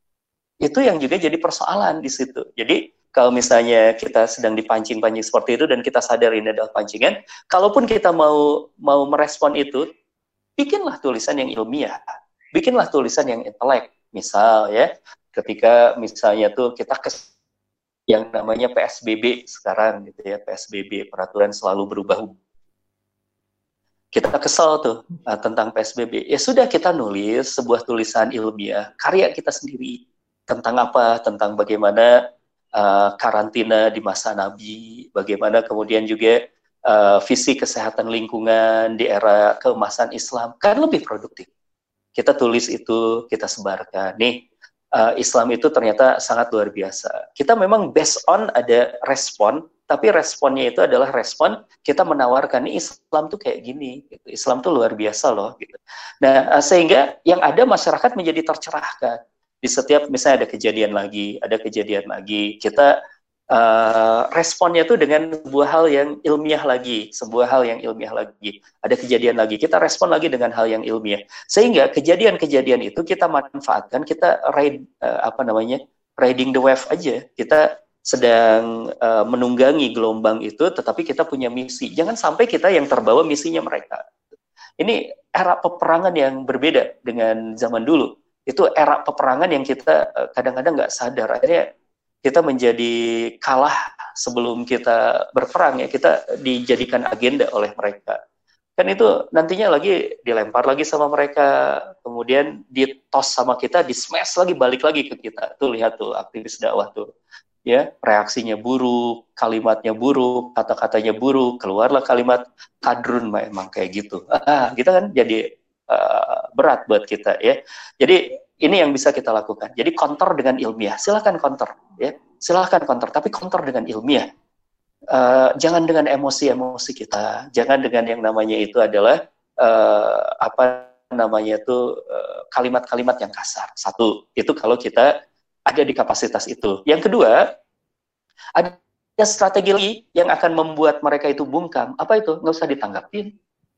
Itu yang juga jadi persoalan di situ. Jadi kalau misalnya kita sedang dipancing-pancing seperti itu dan kita sadar ini adalah pancingan, kalaupun kita mau mau merespon itu, bikinlah tulisan yang ilmiah, bikinlah tulisan yang intelek. Misal ya, ketika misalnya tuh kita kes yang namanya P S B B sekarang gitu ya, P S B B, peraturan selalu berubah-ubah. Kita kesal tuh uh, tentang P S B B. Ya sudah, kita nulis sebuah tulisan ilmiah, karya kita sendiri. Tentang apa? Tentang bagaimana uh, karantina di masa Nabi, bagaimana kemudian juga uh, visi kesehatan lingkungan di era keemasan Islam. Kan lebih produktif. Kita tulis itu, kita sebarkan. Nih, uh, Islam itu ternyata sangat luar biasa. Kita memang based on ada respon, tapi responnya itu adalah respon kita menawarkan, nih Islam tuh kayak gini, gitu. Islam tuh luar biasa loh. Gitu. Nah, uh, sehingga yang ada masyarakat menjadi tercerahkan. Di setiap misalnya ada kejadian lagi, ada kejadian lagi, kita uh, responnya tuh dengan sebuah hal yang ilmiah lagi, sebuah hal yang ilmiah lagi. Ada kejadian lagi, kita respon lagi dengan hal yang ilmiah. Sehingga kejadian-kejadian itu kita manfaatkan, kita ride, uh, apa namanya, riding the wave aja. Kita sedang uh, menunggangi gelombang itu, tetapi kita punya misi. Jangan sampai kita yang terbawa misinya mereka. Ini era peperangan yang berbeda dengan zaman dulu. Itu era peperangan yang kita kadang-kadang nggak sadar. Akhirnya kita menjadi kalah sebelum kita berperang, ya kita dijadikan agenda oleh mereka. Kan itu nantinya lagi dilempar lagi sama mereka, kemudian ditos sama kita, di-smash lagi, balik lagi ke kita. Tuh lihat tuh aktivis dakwah tuh. Ya, reaksinya buruk, kalimatnya buruk, kata-katanya buruk, keluarlah kalimat kadrun memang kayak gitu. Ah, kita kan jadi Uh, berat buat kita ya. Jadi ini yang bisa kita lakukan. Jadi counter dengan ilmiah. Silakan counter ya. Silakan counter, tapi counter dengan ilmiah. Uh, jangan dengan emosi-emosi kita. Jangan dengan yang namanya itu adalah uh, apa namanya itu uh, kalimat-kalimat yang kasar. Satu, itu kalau kita ada di kapasitas itu. Yang kedua, ada strategi lagi yang akan membuat mereka itu bungkam. Apa itu? Nggak usah ditanggapin. Nggak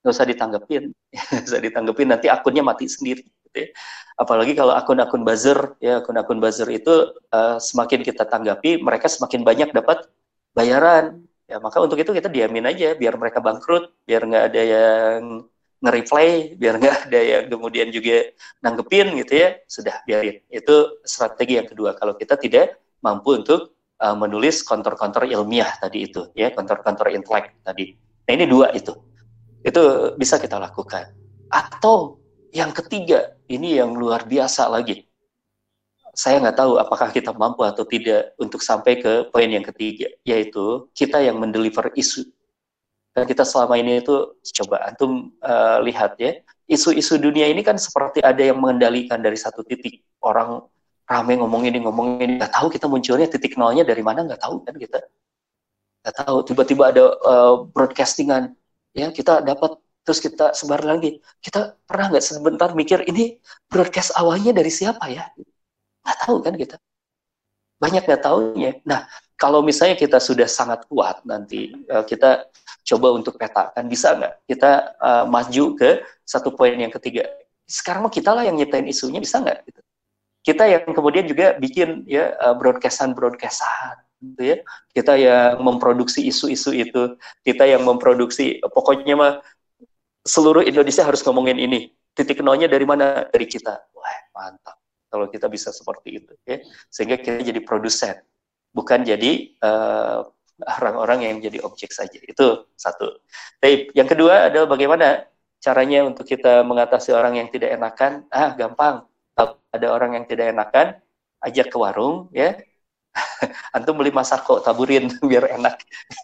nggak usah ditanggepin, nggak usah ditanggepin, nanti akunnya mati sendiri. Gitu ya. Apalagi kalau akun-akun buzzer, ya akun-akun buzzer itu uh, semakin kita tanggapi, mereka semakin banyak dapat bayaran. Ya maka untuk itu kita diamin aja, biar mereka bangkrut, biar nggak ada yang nge-reply, biar nggak ada yang kemudian juga nanggepin gitu ya, sudah biarin. Itu strategi yang kedua, kalau kita tidak mampu untuk uh, menulis kontor-kontor ilmiah tadi itu, ya kontor-kontor intelek tadi. Nah ini dua itu, itu bisa kita lakukan. Atau yang ketiga, ini yang luar biasa lagi. Saya nggak tahu apakah kita mampu atau tidak untuk sampai ke poin yang ketiga, yaitu kita yang mendeliver isu. Dan kita selama ini itu coba antum uh, lihat ya, isu-isu dunia ini kan seperti ada yang mengendalikan dari satu titik. Orang rame ngomong ini ngomong ini, nggak tahu kita munculnya titik nolnya dari mana, nggak tahu kan kita, nggak tahu. Tiba-tiba ada uh, broadcastingan, ya kita dapat terus kita sebar lagi. Kita pernah nggak sebentar mikir ini broadcast awalnya dari siapa ya? Nggak tahu kan kita. Banyak nggak taunya. Nah, kalau misalnya kita sudah sangat kuat nanti, uh, kita coba untuk petakan, bisa nggak kita uh, maju ke satu poin yang ketiga. Sekarang mah kita lah yang nyiptain isunya, bisa nggak? Gitu. Kita yang kemudian juga bikin ya uh, broadcastan-broadcastan, gitu ya. Kita yang memproduksi isu-isu itu, kita yang memproduksi, pokoknya mah seluruh Indonesia harus ngomongin ini. Titik nolnya dari mana? Dari kita. Wah, mantap. Kalau kita bisa seperti itu, ya. Sehingga kita jadi produsen, bukan jadi uh, orang-orang yang jadi objek saja. Itu satu. Tapi yang kedua adalah bagaimana caranya untuk kita mengatasi orang yang tidak enakan. Ah, gampang. Kalau ada orang yang tidak enakan, ajak ke warung, ya. Antum beli masako, taburin biar enak.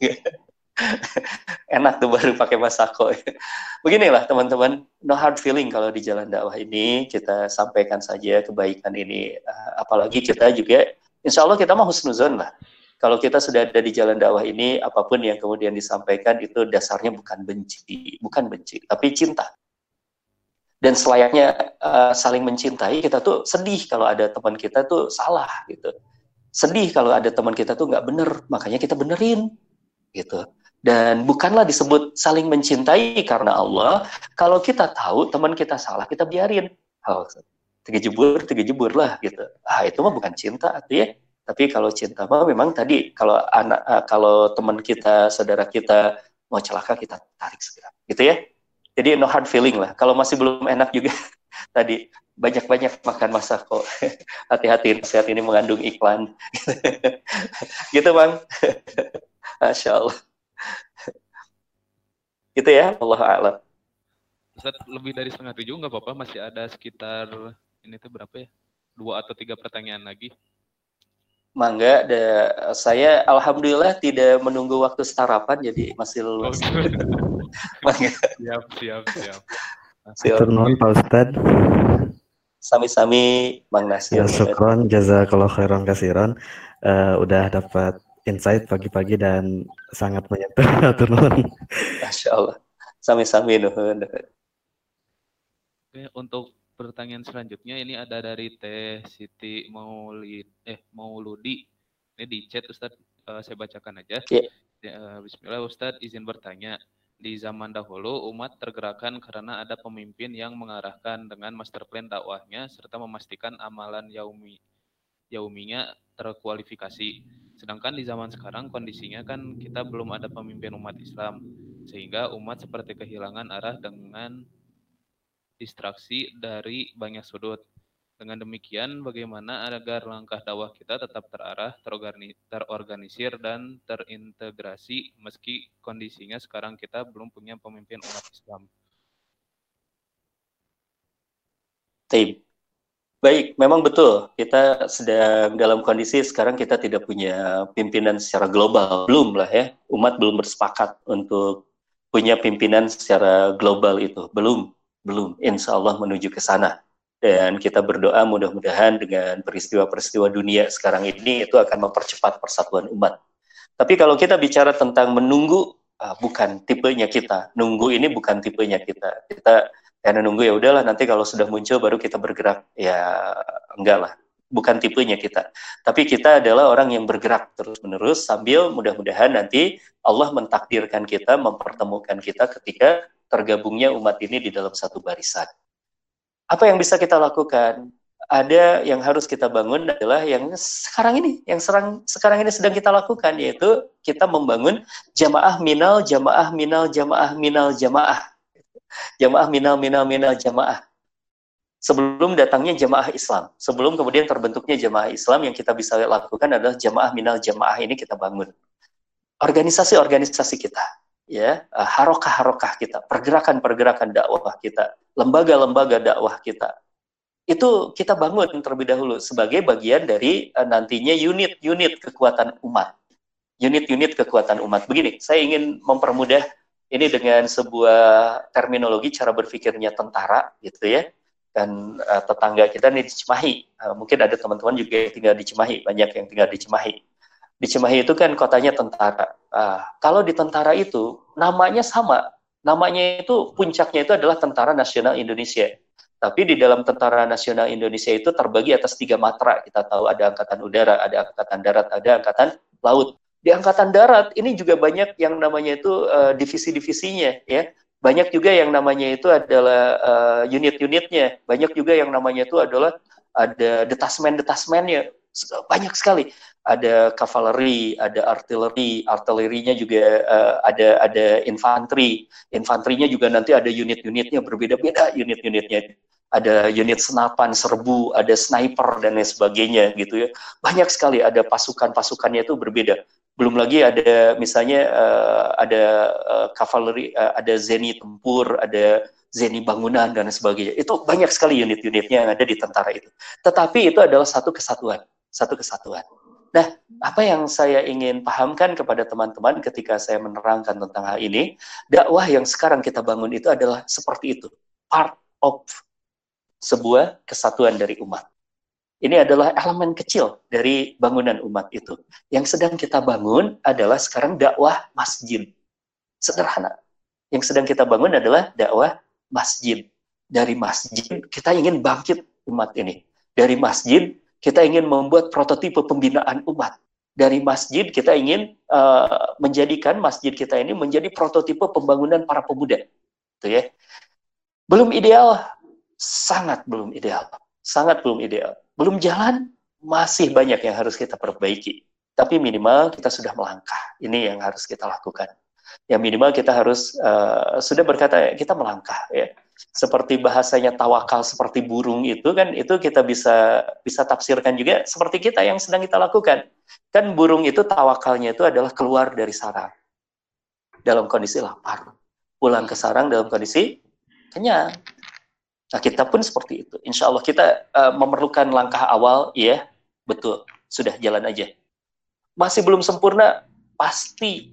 Enak tuh baru pakai masako. Beginilah teman-teman, no hard feeling kalau di jalan dakwah ini, kita sampaikan saja kebaikan ini. Apalagi kita juga, insya Allah kita mau husnuzon lah. Kalau kita sudah ada di jalan dakwah ini, apapun yang kemudian disampaikan itu dasarnya bukan benci, bukan benci, tapi cinta. Dan selayaknya uh, saling mencintai, kita tuh sedih kalau ada teman kita tuh salah gitu. Sedih kalau ada teman kita tuh nggak bener, makanya kita benerin gitu. Dan bukanlah disebut saling mencintai karena Allah, kalau kita tahu teman kita salah, kita biarin. Oh, tiga jebur, tiga jebur lah gitu. Ah itu mah bukan cinta, artinya. Tapi kalau cinta mah memang tadi kalau anak uh, kalau teman kita, saudara kita mau celaka kita tarik segera, gitu ya. Jadi no hard feeling lah. Kalau masih belum enak juga tadi banyak-banyak makan masako. Hati-hati, nasihat ini mengandung iklan. Gitu Bang. Masya Allah. Gitu ya, Allah a'lam. Ustaz, lebih dari setengah tujuh nggak apa-apa, masih ada sekitar ini tuh berapa ya? Dua atau tiga pertanyaan lagi. Mangga, da, saya alhamdulillah tidak menunggu waktu sarapan, jadi masih luas. Oh, Mangga. Siap, siap, siap. Hatur nuhun Pak Ustadz. Sami-sami Bang Nasir. Ya, syukron, jazakallah khairan kasiran. Uh, udah dapat insight pagi-pagi dan sangat menyentuh. Hatur nuhun. Masya Allah. Sami-sami nuhun. Oke, untuk pertanyaan selanjutnya ini ada dari Teh Siti Maulid eh Mauludi. Ini di chat Ustadz, uh, saya bacakan aja. Yeah. Uh, Bismillah Ustadz, izin bertanya. Di zaman dahulu umat tergerakkan karena ada pemimpin yang mengarahkan dengan master plan dakwahnya serta memastikan amalan yaumi yauminya terkualifikasi. Sedangkan di zaman sekarang kondisinya kan kita belum ada pemimpin umat Islam, sehingga umat seperti kehilangan arah dengan distraksi dari banyak sudut. Dengan demikian, bagaimana agar langkah dakwah kita tetap terarah, terorganisir, dan terintegrasi meski kondisinya sekarang kita belum punya pemimpin umat Islam? Tim. Baik, memang betul. Kita sedang dalam kondisi sekarang kita tidak punya pimpinan secara global. Belum lah ya. Umat belum bersepakat untuk punya pimpinan secara global itu. Belum. Belum. Insya Allah menuju ke sana. Dan kita berdoa mudah-mudahan dengan peristiwa-peristiwa dunia sekarang ini itu akan mempercepat persatuan umat. Tapi kalau kita bicara tentang menunggu, uh, bukan tipenya kita. Nunggu ini bukan tipenya kita. Kita karena nunggu ya udahlah nanti kalau sudah muncul baru kita bergerak. Ya enggak lah. Bukan tipenya kita. Tapi kita adalah orang yang bergerak terus-menerus sambil mudah-mudahan nanti Allah mentakdirkan kita, mempertemukan kita ketika tergabungnya umat ini di dalam satu barisan. Apa yang bisa kita lakukan? Ada yang harus kita bangun adalah yang sekarang ini, yang serang, sekarang ini sedang kita lakukan, yaitu kita membangun jamaah minal, jamaah minal, jamaah minal, jamaah. Jamaah minal, minal, minal, jamaah. Sebelum datangnya jamaah Islam, sebelum kemudian terbentuknya jamaah Islam, yang kita bisa lakukan adalah jamaah minal, jamaah ini kita bangun. Organisasi-organisasi kita, ya, harokah-harokah kita, pergerakan-pergerakan dakwah kita, lembaga-lembaga dakwah kita, itu kita bangun terlebih dahulu sebagai bagian dari uh, nantinya unit-unit kekuatan umat. Unit-unit kekuatan umat. Begini, saya ingin mempermudah ini dengan sebuah terminologi cara berpikirnya tentara, gitu ya. Dan uh, tetangga kita nih di Cimahi, uh, mungkin ada teman-teman juga yang tinggal di Cimahi, banyak yang tinggal di Cimahi. Di Cimahi itu kan kotanya tentara. Uh, kalau di tentara itu namanya sama, namanya itu puncaknya itu adalah Tentara Nasional Indonesia. Tapi di dalam Tentara Nasional Indonesia itu terbagi atas tiga matra. Kita tahu ada Angkatan Udara, ada Angkatan Darat, ada Angkatan Laut. Di Angkatan Darat ini juga banyak yang namanya itu uh, divisi-divisinya, ya. Banyak juga yang namanya itu adalah uh, unit-unitnya. Banyak juga yang namanya itu adalah ada detasmen-detasmennya. Banyak sekali. Ada kavaleri, ada artileri, artilerinya juga uh, ada ada infanteri. Infanterinya juga nanti ada unit-unitnya berbeda-beda unit-unitnya. Ada unit senapan, serbu, ada sniper dan lain sebagainya gitu ya. Banyak sekali, ada pasukan-pasukannya itu berbeda. Belum lagi ada misalnya uh, ada uh, kavaleri, uh, ada zeni tempur, ada zeni bangunan dan sebagainya. Itu banyak sekali unit-unitnya yang ada di tentara itu. Tetapi itu adalah satu kesatuan, satu kesatuan. Nah, apa yang saya ingin pahamkan kepada teman-teman ketika saya menerangkan tentang hal ini, dakwah yang sekarang kita bangun itu adalah seperti itu, part of sebuah kesatuan dari umat. Ini adalah elemen kecil dari bangunan umat itu. Yang sedang kita bangun adalah sekarang dakwah masjid. Sederhana. Yang sedang kita bangun adalah dakwah masjid. Dari masjid kita ingin bangkit umat ini. Dari masjid kita ingin membuat prototipe pembinaan umat. Dari masjid kita ingin uh, menjadikan masjid kita ini menjadi prototipe pembangunan para pemuda. Itu ya. Belum ideal, sangat belum ideal. Sangat belum ideal. Belum jalan, masih banyak yang harus kita perbaiki. Tapi minimal kita sudah melangkah. Ini yang harus kita lakukan. Yang minimal kita harus uh, sudah berkata kita melangkah ya. Seperti bahasanya tawakal seperti burung itu kan, itu kita bisa bisa tafsirkan juga seperti kita yang sedang kita lakukan. Kan burung itu tawakalnya itu adalah keluar dari sarang dalam kondisi lapar, pulang ke sarang dalam kondisi kenyang. Nah, kita pun seperti itu. Insya Allah kita uh, memerlukan langkah awal, ya, betul, sudah jalan aja. Masih belum sempurna, pasti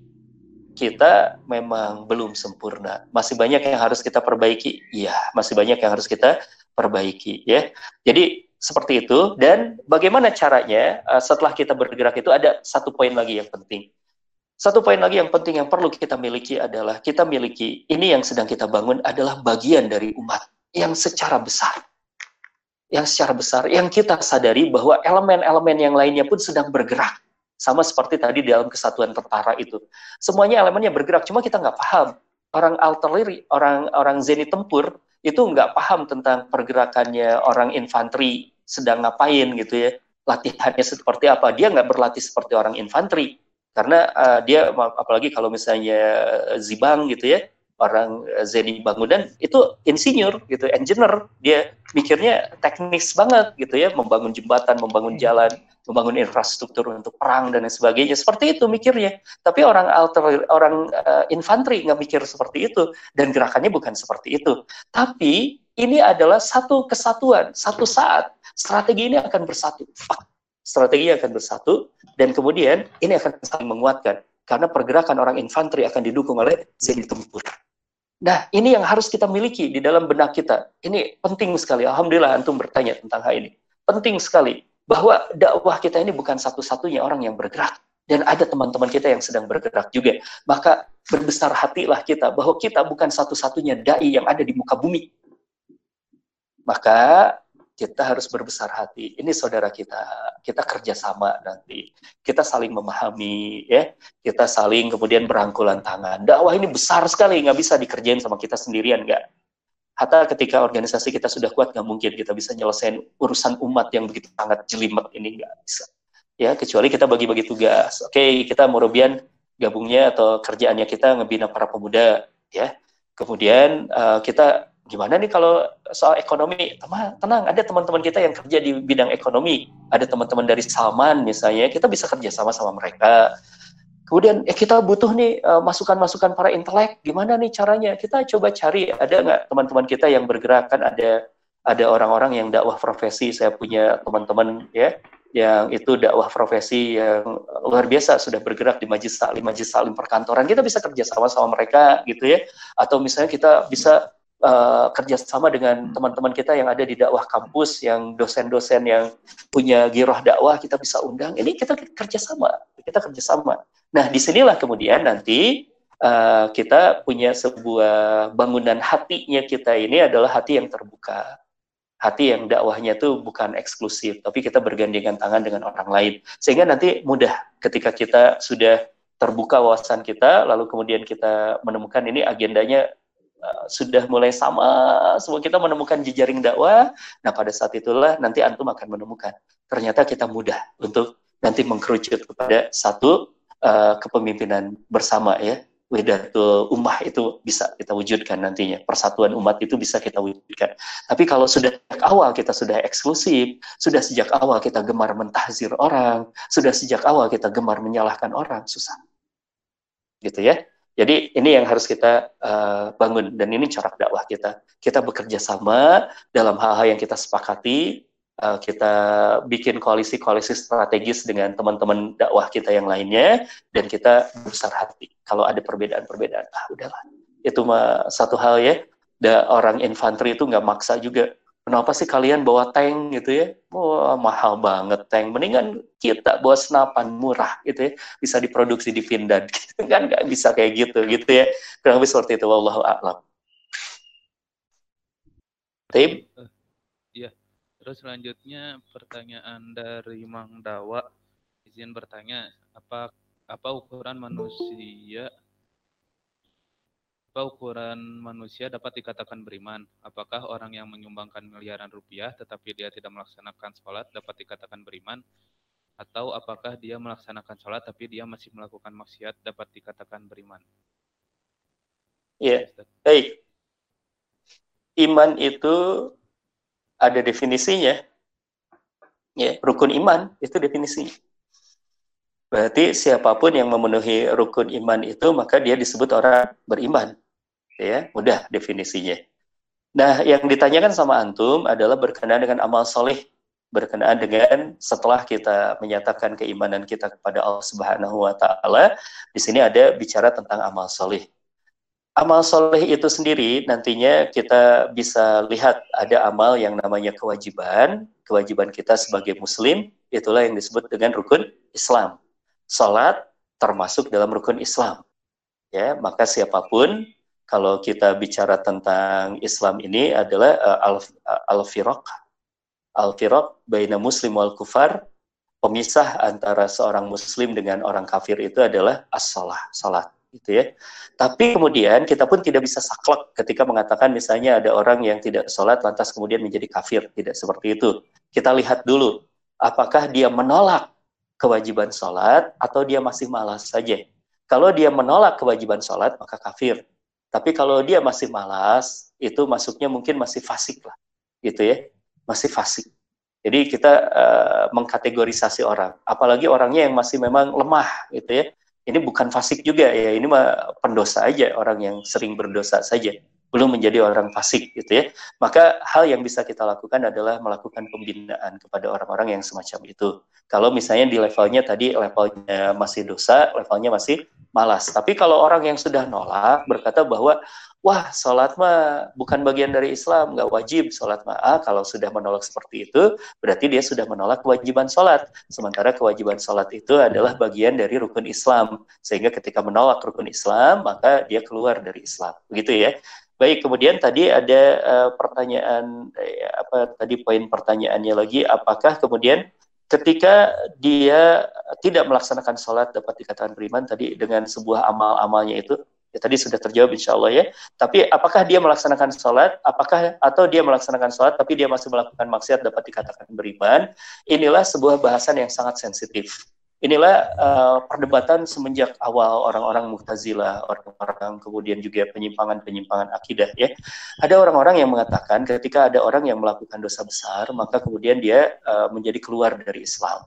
kita memang belum sempurna. Masih banyak yang harus kita perbaiki, iya, masih banyak yang harus kita perbaiki, ya. Jadi seperti itu. Dan bagaimana caranya uh, setelah kita bergerak itu ada satu poin lagi yang penting. Satu poin lagi yang penting yang perlu kita miliki adalah kita miliki ini yang sedang kita bangun adalah bagian dari umat. Yang secara besar, yang secara besar, yang kita sadari bahwa elemen-elemen yang lainnya pun sedang bergerak. Sama seperti tadi dalam kesatuan tentara itu. Semuanya elemennya bergerak, cuma kita nggak paham. Orang artileri, orang-orang zeni tempur, itu nggak paham tentang pergerakannya orang infanteri sedang ngapain gitu ya. Latihannya seperti apa, dia nggak berlatih seperti orang infanteri. Karena uh, dia, apalagi kalau misalnya Zibang gitu ya, orang zeni bangunan itu insinyur gitu, engineer, dia mikirnya teknis banget gitu ya, membangun jembatan, membangun jalan, membangun infrastruktur untuk perang dan sebagainya, seperti itu mikirnya. Tapi orang alter, orang uh, infanteri nggak mikir seperti itu, dan gerakannya bukan seperti itu. Tapi ini adalah satu kesatuan, satu saat strategi ini akan bersatu, strategi akan bersatu, dan kemudian ini akan saling menguatkan karena pergerakan orang infanteri akan didukung oleh zeni tempur. Nah, ini yang harus kita miliki di dalam benak kita. Ini penting sekali. Alhamdulillah antum bertanya tentang hal ini. Penting sekali bahwa dakwah kita ini bukan satu-satunya orang yang bergerak. Dan ada teman-teman kita yang sedang bergerak juga. Maka berbesar hatilah kita bahwa kita bukan satu-satunya dai yang ada di muka bumi. Maka kita harus berbesar hati. Ini saudara kita, kita kerjasama nanti, kita saling memahami, ya, kita saling kemudian berangkulan tangan. Dakwah ini besar sekali, nggak bisa dikerjain sama kita sendirian, nggak. Hatta ketika organisasi kita sudah kuat, nggak mungkin kita bisa nyelesain urusan umat yang begitu sangat jelimet ini, nggak bisa. Ya, kecuali kita bagi-bagi tugas. Oke, kita murobian gabungnya atau kerjaannya kita ngebina para pemuda, ya. Kemudian uh, kita gimana nih kalau soal ekonomi? Tenang, tenang, ada teman-teman kita yang kerja di bidang ekonomi, ada teman-teman dari Salman misalnya, kita bisa kerja sama sama mereka. Kemudian eh, kita butuh nih uh, masukan-masukan para intelek, gimana nih caranya? Kita coba cari, ada nggak teman-teman kita yang bergerak, kan ada ada orang-orang yang dakwah profesi. Saya punya teman-teman ya yang itu dakwah profesi yang luar biasa, sudah bergerak di majlis taklim, majlis taklim perkantoran. Kita bisa kerja sama sama mereka gitu ya. Atau misalnya kita bisa Uh, kerjasama dengan teman-teman kita yang ada di dakwah kampus, yang dosen-dosen yang punya giroh dakwah, kita bisa undang. Ini kita kerjasama, kita kerjasama. Nah, disinilah kemudian nanti uh, kita punya sebuah bangunan hatinya kita ini adalah hati yang terbuka, hati yang dakwahnya itu bukan eksklusif, tapi kita bergandengan tangan dengan orang lain, sehingga nanti mudah ketika kita sudah terbuka wawasan kita, lalu kemudian kita menemukan ini agendanya Uh, sudah mulai sama, semua kita menemukan jejaring dakwah. Nah, pada saat itulah nanti antum akan menemukan ternyata kita mudah untuk nanti mengkerucut kepada satu uh, kepemimpinan bersama, ya. Wahdatul ummah itu bisa kita wujudkan nantinya, persatuan umat itu bisa kita wujudkan. Tapi kalau sudah sejak awal kita sudah eksklusif, sudah sejak awal kita gemar mentahzir orang, sudah sejak awal kita gemar menyalahkan orang, susah, gitu ya. Jadi ini yang harus kita uh, bangun, dan ini corak dakwah kita. Kita bekerja sama dalam hal-hal yang kita sepakati, uh, kita bikin koalisi-koalisi strategis dengan teman-teman dakwah kita yang lainnya, dan kita besar hati. Kalau ada perbedaan-perbedaan, ah udahlah. Itu mah satu hal ya, da, orang infanteri itu nggak maksa juga. Kenapa sih kalian bawa tank gitu ya? Wah, mahal banget tank. Mendingan kita bawa senapan murah gitu ya. Bisa diproduksi di Pindad. Gitu. Kan nggak bisa kayak gitu gitu ya. Kurang lebih seperti itu. Wallahu a'lam. Tim? Iya. Terus selanjutnya pertanyaan dari Mang Dawa. Izin bertanya, apa apa ukuran manusia Apa ukuran manusia dapat dikatakan beriman? Apakah orang yang menyumbangkan miliaran rupiah tetapi dia tidak melaksanakan sholat dapat dikatakan beriman? Atau apakah dia melaksanakan sholat tapi dia masih melakukan maksiat dapat dikatakan beriman? Ya, yeah. Baik. Iman itu ada definisinya. Ya, rukun iman itu definisinya. Berarti siapapun yang memenuhi rukun iman itu, maka dia disebut orang beriman. Ya, mudah definisinya. Nah, yang ditanyakan sama antum adalah berkenaan dengan amal soleh, berkenaan dengan setelah kita menyatakan keimanan kita kepada Allah Subhanahu wa Ta'ala, di sini ada bicara tentang amal soleh. Amal soleh itu sendiri nantinya kita bisa lihat ada amal yang namanya kewajiban, kewajiban kita sebagai muslim, itulah yang disebut dengan rukun Islam. Salat termasuk dalam rukun Islam. Ya, maka siapapun, kalau kita bicara tentang Islam ini adalah uh, al-firaq, al-firaq baina muslim wal kufar, pemisah antara seorang muslim dengan orang kafir itu adalah as-salah, salat, gitu ya. Tapi kemudian kita pun tidak bisa saklek ketika mengatakan misalnya ada orang yang tidak salat lantas kemudian menjadi kafir, tidak seperti itu. Kita lihat dulu apakah dia menolak kewajiban sholat, atau dia masih malas saja. Kalau dia menolak kewajiban sholat, maka kafir. Tapi kalau dia masih malas, itu masuknya mungkin masih fasik lah, gitu ya, masih fasik. Jadi kita uh, mengkategorisasi orang, apalagi orangnya yang masih memang lemah, gitu ya. Ini bukan fasik juga ya, ini mah pendosa aja, orang yang sering berdosa saja, belum menjadi orang fasik, gitu ya. Maka hal yang bisa kita lakukan adalah melakukan pembinaan kepada orang-orang yang semacam itu. Kalau misalnya di levelnya tadi, levelnya masih dosa, levelnya masih malas. Tapi kalau orang yang sudah nolak, berkata bahwa, wah, sholat mah bukan bagian dari Islam, nggak wajib sholat mah. Ah, kalau sudah menolak seperti itu, berarti dia sudah menolak kewajiban sholat. Sementara kewajiban sholat itu adalah bagian dari rukun Islam. Sehingga ketika menolak rukun Islam, maka dia keluar dari Islam. Begitu ya. Baik, kemudian tadi ada uh, pertanyaan, eh, apa tadi poin pertanyaannya lagi, apakah kemudian ketika dia tidak melaksanakan sholat dapat dikatakan beriman tadi dengan sebuah amal-amalnya itu, ya tadi sudah terjawab insya Allah ya, tapi apakah dia melaksanakan sholat, apakah atau dia melaksanakan sholat tapi dia masih melakukan maksiat dapat dikatakan beriman, inilah sebuah bahasan yang sangat sensitif. Inilah uh, perdebatan semenjak awal orang-orang Mu'tazilah, orang-orang kemudian juga penyimpangan-penyimpangan akidah ya. Ada orang-orang yang mengatakan ketika ada orang yang melakukan dosa besar, maka kemudian dia uh, menjadi keluar dari Islam.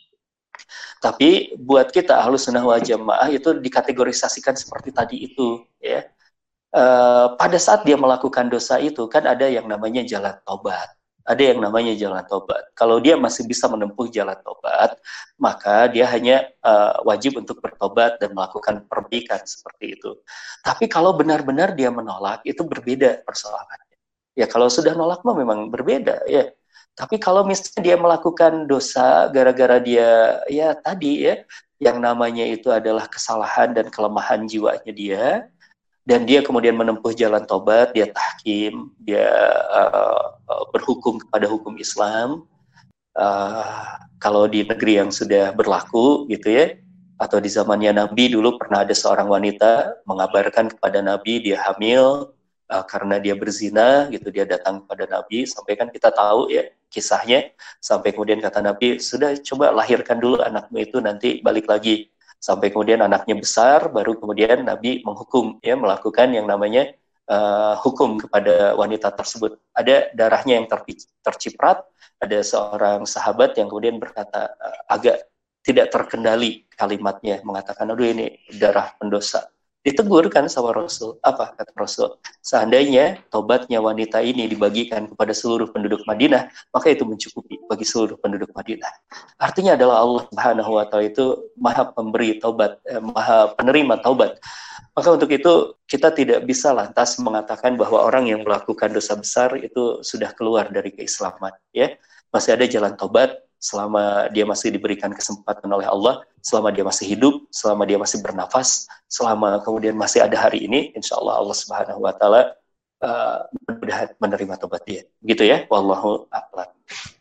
Tapi buat kita Ahlus Sunnah wal Jamaah itu dikategorisasikan seperti tadi itu ya. Uh, pada saat dia melakukan dosa itu kan ada yang namanya jalan taubat. Ada yang namanya jalan tobat. Kalau dia masih bisa menempuh jalan tobat, maka dia hanya uh, wajib untuk bertobat dan melakukan perbaikan seperti itu. Tapi kalau benar-benar dia menolak, itu berbeda persoalannya. Ya kalau sudah nolak mah memang berbeda ya. Tapi kalau misalnya dia melakukan dosa gara-gara dia ya tadi ya, yang namanya itu adalah kesalahan dan kelemahan jiwanya dia, dan dia kemudian menempuh jalan tobat, dia tahkim, dia uh, berhukum kepada hukum Islam. Uh, kalau di negeri yang sudah berlaku gitu ya, atau di zamannya Nabi dulu pernah ada seorang wanita mengabarkan kepada Nabi dia hamil uh, karena dia berzina gitu, dia datang kepada Nabi, sampai kan kita tahu ya kisahnya, sampai kemudian kata Nabi, sudah coba lahirkan dulu anakmu itu, nanti balik lagi. Sampai kemudian anaknya besar, baru kemudian Nabi menghukum, ya melakukan yang namanya uh, hukum kepada wanita tersebut. Ada darahnya yang terciprat, ada seorang sahabat yang kemudian berkata uh, agak tidak terkendali kalimatnya, mengatakan, aduh ini darah pendosa. Ditegur kan sama Rasul, apa kata Rasul? Seandainya tobatnya wanita ini dibagikan kepada seluruh penduduk Madinah, maka itu mencukupi bagi seluruh penduduk Madinah. Artinya adalah Allah Subhanahu wa Ta'ala itu maha pemberi taubat, eh, maha penerima taubat. Maka untuk itu kita tidak bisa lantas mengatakan bahwa orang yang melakukan dosa besar itu sudah keluar dari keislaman. Ya, masih ada jalan taubat selama dia masih diberikan kesempatan oleh Allah, selama dia masih hidup, selama dia masih bernafas, selama kemudian masih ada hari ini, insya Allah Allah Subhanahu Wa Ta'ala uh, mudah menerima taubat dia. Gitu ya, wallahu a'lam.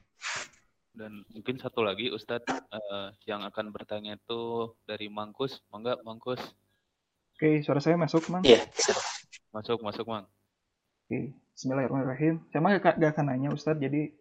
Dan mungkin satu lagi Ustadz uh, yang akan bertanya itu dari Mangkus, mangga Mangkus. Oke, suara saya masuk, Mang? Iya, masuk, masuk, Mang. Oke, bismillahirrahmanirrahim. Saya mah gak, gak akan nanya, Ustadz, jadi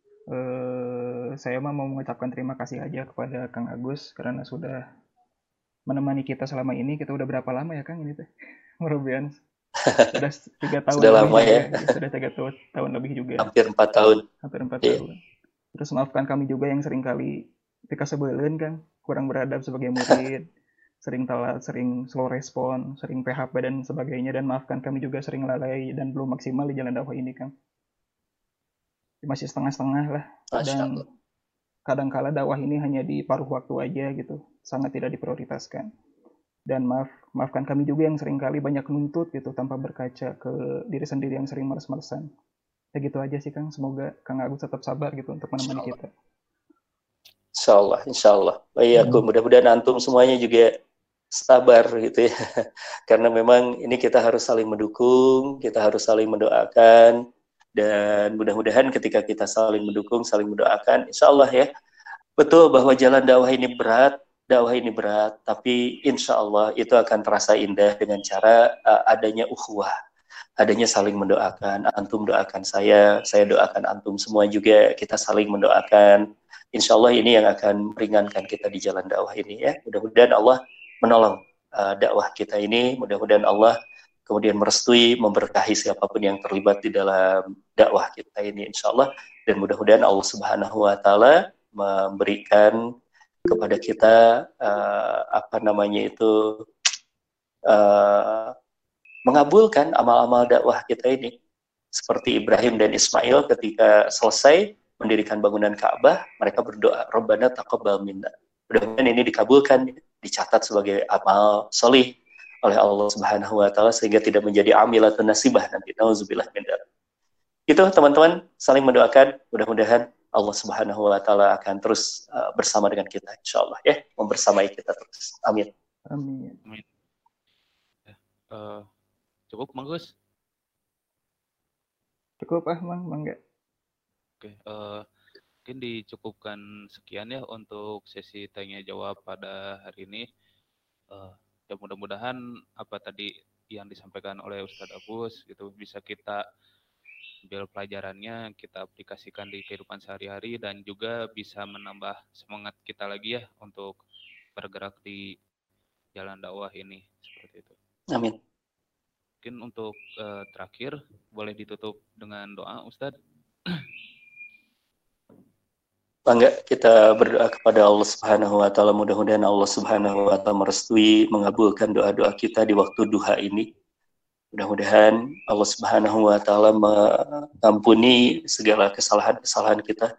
uh, saya mah mau mengucapkan terima kasih aja kepada Kang Agus karena sudah menemani kita selama ini. Kita udah berapa lama ya, Kang, ini teh? Mudah-mudahan sudah tiga tahun. Sudah lama ya. ya. Sudah tiga tahun lebih juga. Hampir empat tahun. Hampir empat yeah. tahun. Terus maafkan kami juga yang sering kali ketika sebelen kan kurang beradab sebagai murid, sering telat, sering slow respon, sering P H P dan sebagainya, dan maafkan kami juga sering lalai dan belum maksimal di jalan dakwah ini, Kang. Masih setengah-setengah lah, dan kadang-kala dakwah ini hanya di paruh waktu aja gitu, sangat tidak diprioritaskan. Dan maaf, maafkan kami juga yang sering kali banyak nuntut gitu tanpa berkaca ke diri sendiri yang sering males-malesan. Ya gitu aja sih, Kang. Semoga Kang Agus tetap sabar gitu untuk menemani kita. Insya Allah, insya Allah. Baik, aku mudah-mudahan antum semuanya juga sabar gitu ya. Karena memang ini kita harus saling mendukung, kita harus saling mendoakan, dan mudah-mudahan ketika kita saling mendukung, saling mendoakan, insya Allah ya, betul bahwa jalan dakwah ini berat, dakwah ini berat, tapi insya Allah itu akan terasa indah dengan cara uh, adanya ukhuwah. Adanya saling mendoakan, antum doakan saya, saya doakan antum semua juga, kita saling mendoakan. Insya Allah ini yang akan meringankan kita di jalan dakwah ini ya. Mudah-mudahan Allah menolong uh, dakwah kita ini, mudah-mudahan Allah kemudian merestui, memberkahi siapapun yang terlibat di dalam dakwah kita ini insya Allah. Dan mudah-mudahan Allah Subhanahu Wa Ta'ala memberikan kepada kita uh, apa namanya itu uh, mengabulkan amal-amal dakwah kita ini. Seperti Ibrahim dan Ismail ketika selesai mendirikan bangunan Ka'bah, mereka berdoa, Rabbana taqabbal minna. Mudah-mudahan ini dikabulkan, dicatat sebagai amal solih oleh Allah Subhanahu Wa Ta'ala sehingga tidak menjadi amilatun nasibah nanti. Nauzubillah min dzalik. Itu teman-teman, saling mendoakan, mudah-mudahan Allah Subhanahu Wa Ta'ala akan terus uh, bersama dengan kita, insya Allah ya, membersamai kita terus. Amin. Amin. Amin. Uh, Cukup, Mang Gus? Cukup ah, Mang, Mangga. Oke, uh, mungkin dicukupkan sekian ya untuk sesi tanya jawab pada hari ini. Uh, ya mudah-mudahan apa tadi yang disampaikan oleh Ustadz Abus itu bisa kita ambil pelajarannya, kita aplikasikan di kehidupan sehari-hari dan juga bisa menambah semangat kita lagi ya untuk bergerak di jalan dakwah ini seperti itu. Amin. Mungkin untuk uh, terakhir boleh ditutup dengan doa Ustadz. Bangga kita berdoa kepada Allah Subhanahu wa taala, mudah-mudahan Allah Subhanahu wa taala merestui, mengabulkan doa-doa kita di waktu duha ini. Mudah-mudahan Allah Subhanahu wa taala mengampuni segala kesalahan-kesalahan kita.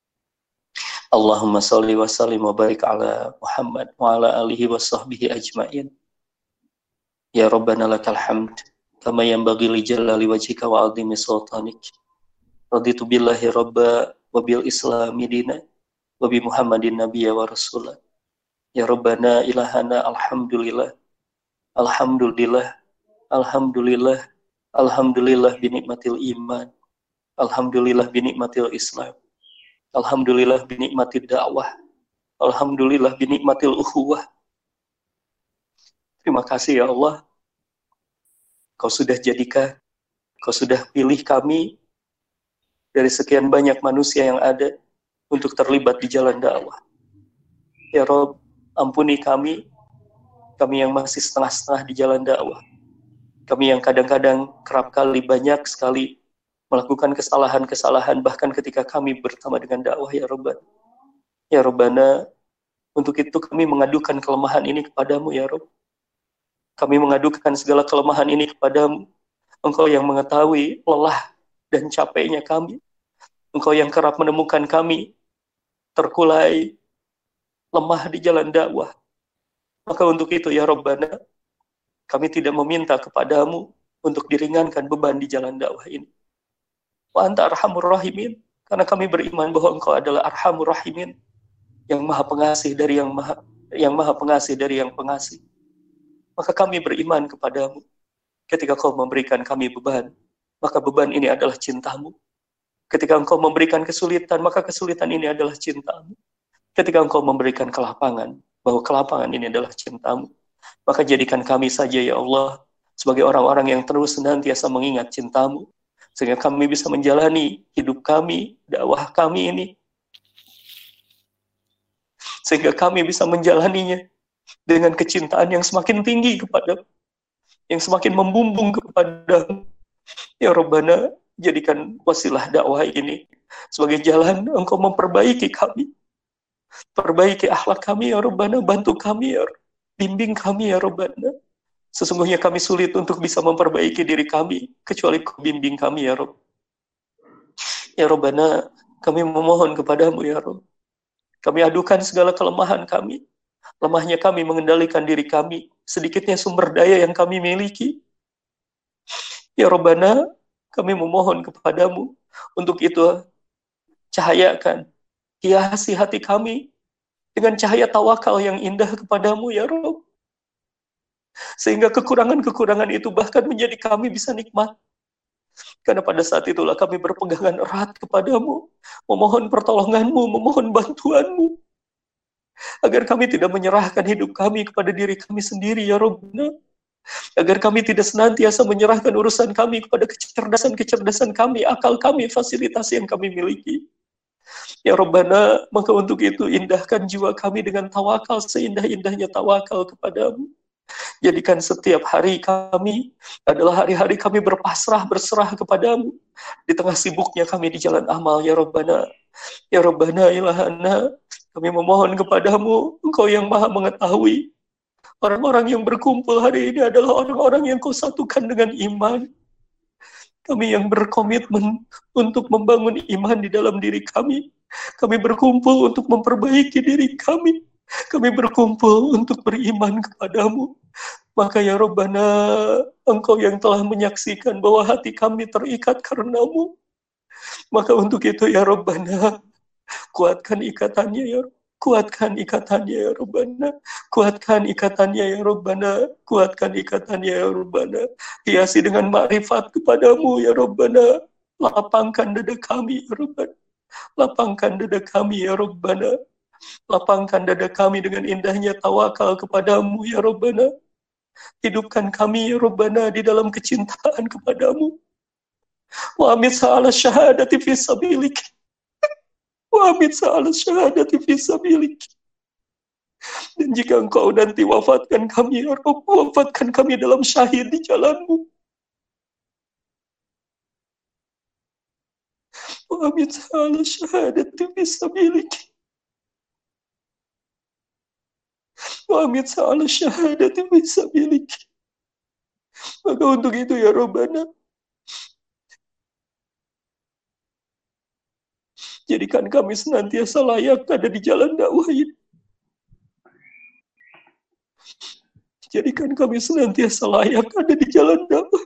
Allahumma shalli wa sallim wa barik ala Muhammad wa ala alihi wa sahbihi ajmain. Ya Rabbana lakal hamd kama yanbaghi li jalali wajhika wa 'azimi sultanik. Raditu billahi rabba wa bil islami dina wa bi Muhammadin nabiyya wa rasulah. Ya Rabbana ilahana alhamdulillah alhamdulillah alhamdulillah alhamdulillah bi nikmatil iman, alhamdulillah bi nikmatil islam, alhamdulillah bi nikmatid dakwah, alhamdulillah bi nikmatil ukhuwah. Terima kasih ya Allah, Kau sudah jadikan, Kau sudah pilih kami dari sekian banyak manusia yang ada untuk terlibat di jalan dakwah. Ya Rob, ampuni kami, kami yang masih setengah-setengah di jalan dakwah. Kami yang kadang-kadang kerap kali banyak sekali melakukan kesalahan-kesalahan bahkan ketika kami bersama dengan dakwah ya Rabbana. Ya Rabbana, untuk itu kami mengadukan kelemahan ini kepadamu ya Rob. Kami mengadukan segala kelemahan ini kepadamu. Engkau yang mengetahui lelah dan capeknya kami. Engkau yang kerap menemukan kami terkulai lemah di jalan dakwah. Maka untuk itu ya Rabbana, kami tidak meminta kepadamu untuk diringankan beban di jalan dakwah ini. Wa anta arhamur rahimin, karena kami beriman bahwa Engkau adalah arhamur rahimin, yang maha pengasih dari yang maha yang maha pengasih dari yang pengasih. Maka kami beriman kepadamu. Ketika Kau memberikan kami beban, maka beban ini adalah cintamu. Ketika Engkau memberikan kesulitan, maka kesulitan ini adalah cintamu. Ketika Engkau memberikan kelapangan, bahwa kelapangan ini adalah cintamu. Maka jadikan kami saja ya Allah, sebagai orang-orang yang terus senantiasa mengingat cintamu, sehingga kami bisa menjalani hidup kami, dakwah kami ini, sehingga kami bisa menjalaninya dengan kecintaan yang semakin tinggi kepada, yang semakin membumbung kepada ya Rabbana. Jadikan wasilah dakwah ini sebagai jalan Engkau memperbaiki kami. Perbaiki akhlak kami ya Rabbana, bantu kami ya, bimbing kami ya Rabbana. Sesungguhnya kami sulit untuk bisa memperbaiki diri kami, kecuali Kau bimbing kami ya Rabb. Ya Rabbana, kami memohon kepadamu ya Rabb. Kami adukan segala kelemahan kami. Lemahnya kami mengendalikan diri kami, sedikitnya sumber daya yang kami miliki. Ya Rabbana, kami memohon kepadamu, untuk itu cahayakan, hiasi hati kami dengan cahaya tawakal yang indah kepadamu ya Rabb. Sehingga kekurangan-kekurangan itu bahkan menjadi kami bisa nikmat. Karena pada saat itulah kami berpegangan erat kepadamu, memohon pertolonganmu, memohon bantuanmu, agar kami tidak menyerahkan hidup kami kepada diri kami sendiri ya Rabbana. Agar kami tidak senantiasa menyerahkan urusan kami kepada kecerdasan-kecerdasan kami, akal kami, fasilitas yang kami miliki. Ya Rabbana, maka untuk itu indahkan jiwa kami dengan tawakal seindah-indahnya tawakal kepadamu. Jadikan setiap hari kami adalah hari-hari kami berpasrah, berserah kepadamu. Di tengah sibuknya kami di jalan amal ya Rabbana. Ya Rabbana ilahana, kami memohon kepadamu, Engkau yang maha mengetahui. Orang-orang yang berkumpul hari ini adalah orang-orang yang Kau satukan dengan iman. Kami yang berkomitmen untuk membangun iman di dalam diri kami. Kami berkumpul untuk memperbaiki diri kami. Kami berkumpul untuk beriman kepadamu. Maka ya Rabbana, Engkau yang telah menyaksikan bahwa hati kami terikat karenamu. Maka untuk itu ya Rabbana, kuatkan ikatannya ya Rabbana. Kuatkan ikatannya ya Rabbana. Kuatkan ikatannya ya Rabbana. Kuatkan ikatannya ya Rabbana. Hiasi dengan makrifat kepadamu ya Rabbana. Lapangkan dada kami ya Rabbana. Lapangkan dada kami ya Rabbana. Lapangkan dada kami dengan indahnya tawakal kepadamu ya Rabbana. Hidupkan kami ya Rabbana di dalam kecintaan kepadamu. Wa amit sa'ala syahadati fi sabilik. Wa amit sa'ala syahadati fi sabilik. Dan jika engkau nanti wafatkan kami ya Rabb, wafatkan kami dalam syahid di jalanmu. Wa amit sa'ala syahadati fi sabilik. Wa amit sa'ala syahadati fi sabilik. Maka untuk itu ya Rabbana, jadikan kami senantiasa layak ada di jalan dakwah ini. Jadikan kami senantiasa layak ada di jalan dakwah.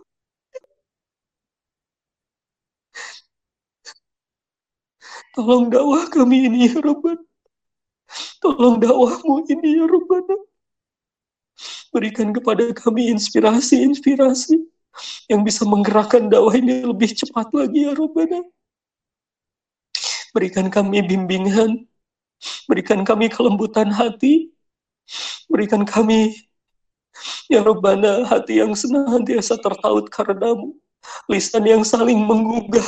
Tolong dakwah kami ini ya Rabbana. Tolong dakwahmu ini ya Rabbana. Berikan kepada kami inspirasi-inspirasi yang bisa menggerakkan dakwah ini lebih cepat lagi ya Rabbana. Berikan kami bimbingan, berikan kami kelembutan hati, berikan kami ya Rabbana hati yang senantiasa tertaut karenamu, lisan yang saling menggugah,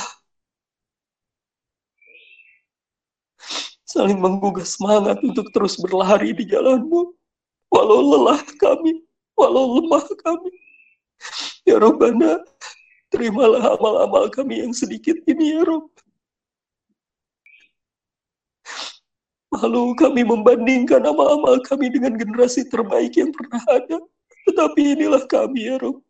saling menggugah semangat untuk terus berlari di jalanmu, walau lelah kami, walau lemah kami. Ya Rabbana, terimalah amal-amal kami yang sedikit ini ya Rabb. Malu kami membandingkan amal-amal kami dengan generasi terbaik yang pernah ada. Tetapi inilah kami ya Rabb.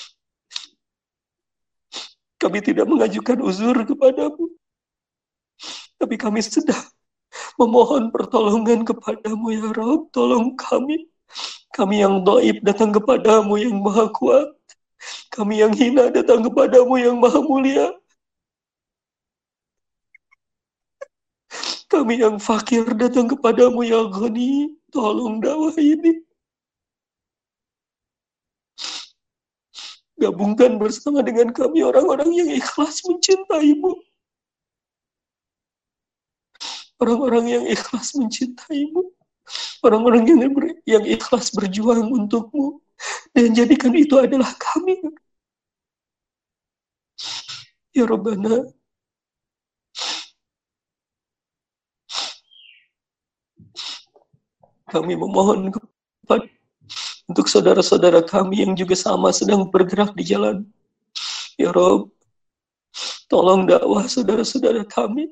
Kami tidak mengajukan uzur kepadamu. Tapi kami sedang memohon pertolongan kepadamu ya Rabb. Tolong kami. Kami yang dhaif datang kepadamu yang maha kuat. Kami yang hina datang kepadamu yang maha mulia. Kami yang fakir datang kepadamu ya Ghani. Tolong dakwah ini. Gabungkan bersama dengan kami orang-orang yang ikhlas mencintaimu. Orang-orang yang ikhlas mencintaimu. Orang-orang yang, yang ikhlas berjuang untukmu. Dan jadikan itu adalah kami. Ya Rabbana. Kami memohon kepada untuk saudara-saudara kami yang juga sama sedang bergerak di jalan. Ya Rabb, tolong dakwah saudara-saudara kami.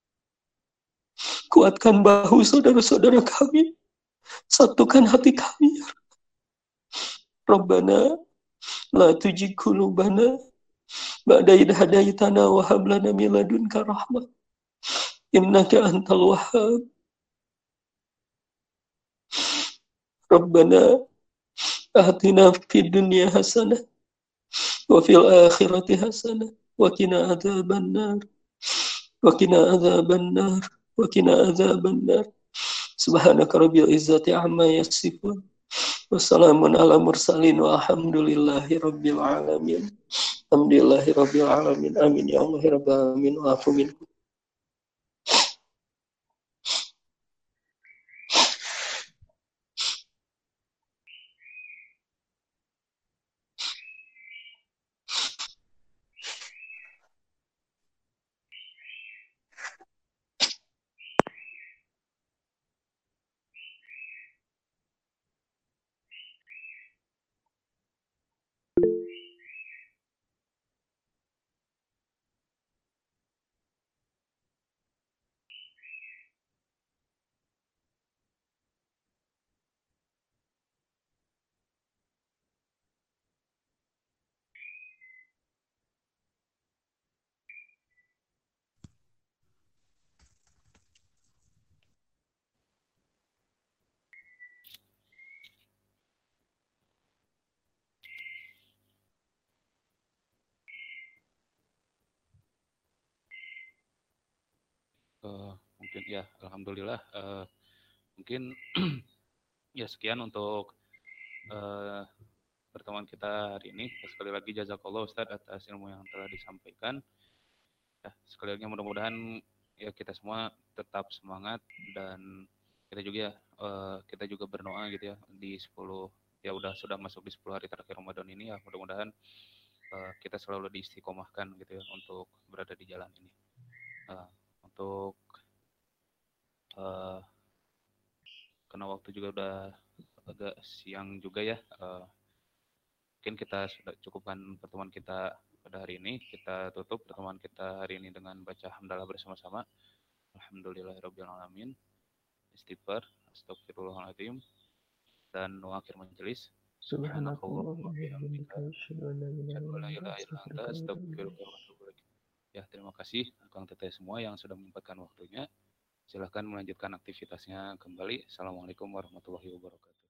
Kuatkan bahu saudara-saudara kami. Satukan hati kami. Rabbana, la tujig qulubana ba'da idh hadaitana wa hab lana min ladunka rahmah. Innaka antal wahhab. Rabbana atina fid dunya hasanah wa fil akhirati hasanah wa qina adzaban nar wa qina adzaban nar wa qina adzaban nar. Subhanaka rabbil izzati amma yasifun. Wassalamun ala mursalin walhamdulillahi rabbil alamin. Alhamdulillahi rabbil alamin. Amin ya Allah rabbal alamin wa afu minkum. Uh, mungkin ya, alhamdulillah. Uh, mungkin ya sekian untuk uh, pertemuan kita hari ini. Sekali lagi jazakallah Ustadz atas ilmu yang telah disampaikan. Ya, sekali lagi mudah-mudahan ya kita semua tetap semangat dan kita juga ya, eh, kita juga berdoa gitu ya di sepuluh ya udah sudah masuk di sepuluh hari terakhir Ramadan ini ya mudah-mudahan eh, kita selalu diistiqomahkan gitu ya untuk berada di jalan ini. Eh, untuk eh, karena waktu juga udah agak siang juga ya, eh, mungkin kita sudah cukupkan pertemuan kita pada hari ini. Kita tutup pertemuan kita hari ini dengan baca hamdalah bersama-sama. Alhamdulillahirrabbilalamin. Istighfar, astagfirullahaladzim, dan akhir majelis. Subhanakallah Subhanakallahumma wa bihamdika, bihamdika asyhadu an la ilaha asyhadu an illa la anta ilaha illa anta, astaghfiruka wa atubu ilaik. astaghfiruka wa atubu ilaik. Ya, terima kasih Kang Teteh semua yang sudah menyempatkan waktunya. Silahkan melanjutkan aktivitasnya kembali. Assalamualaikum warahmatullahi wabarakatuh.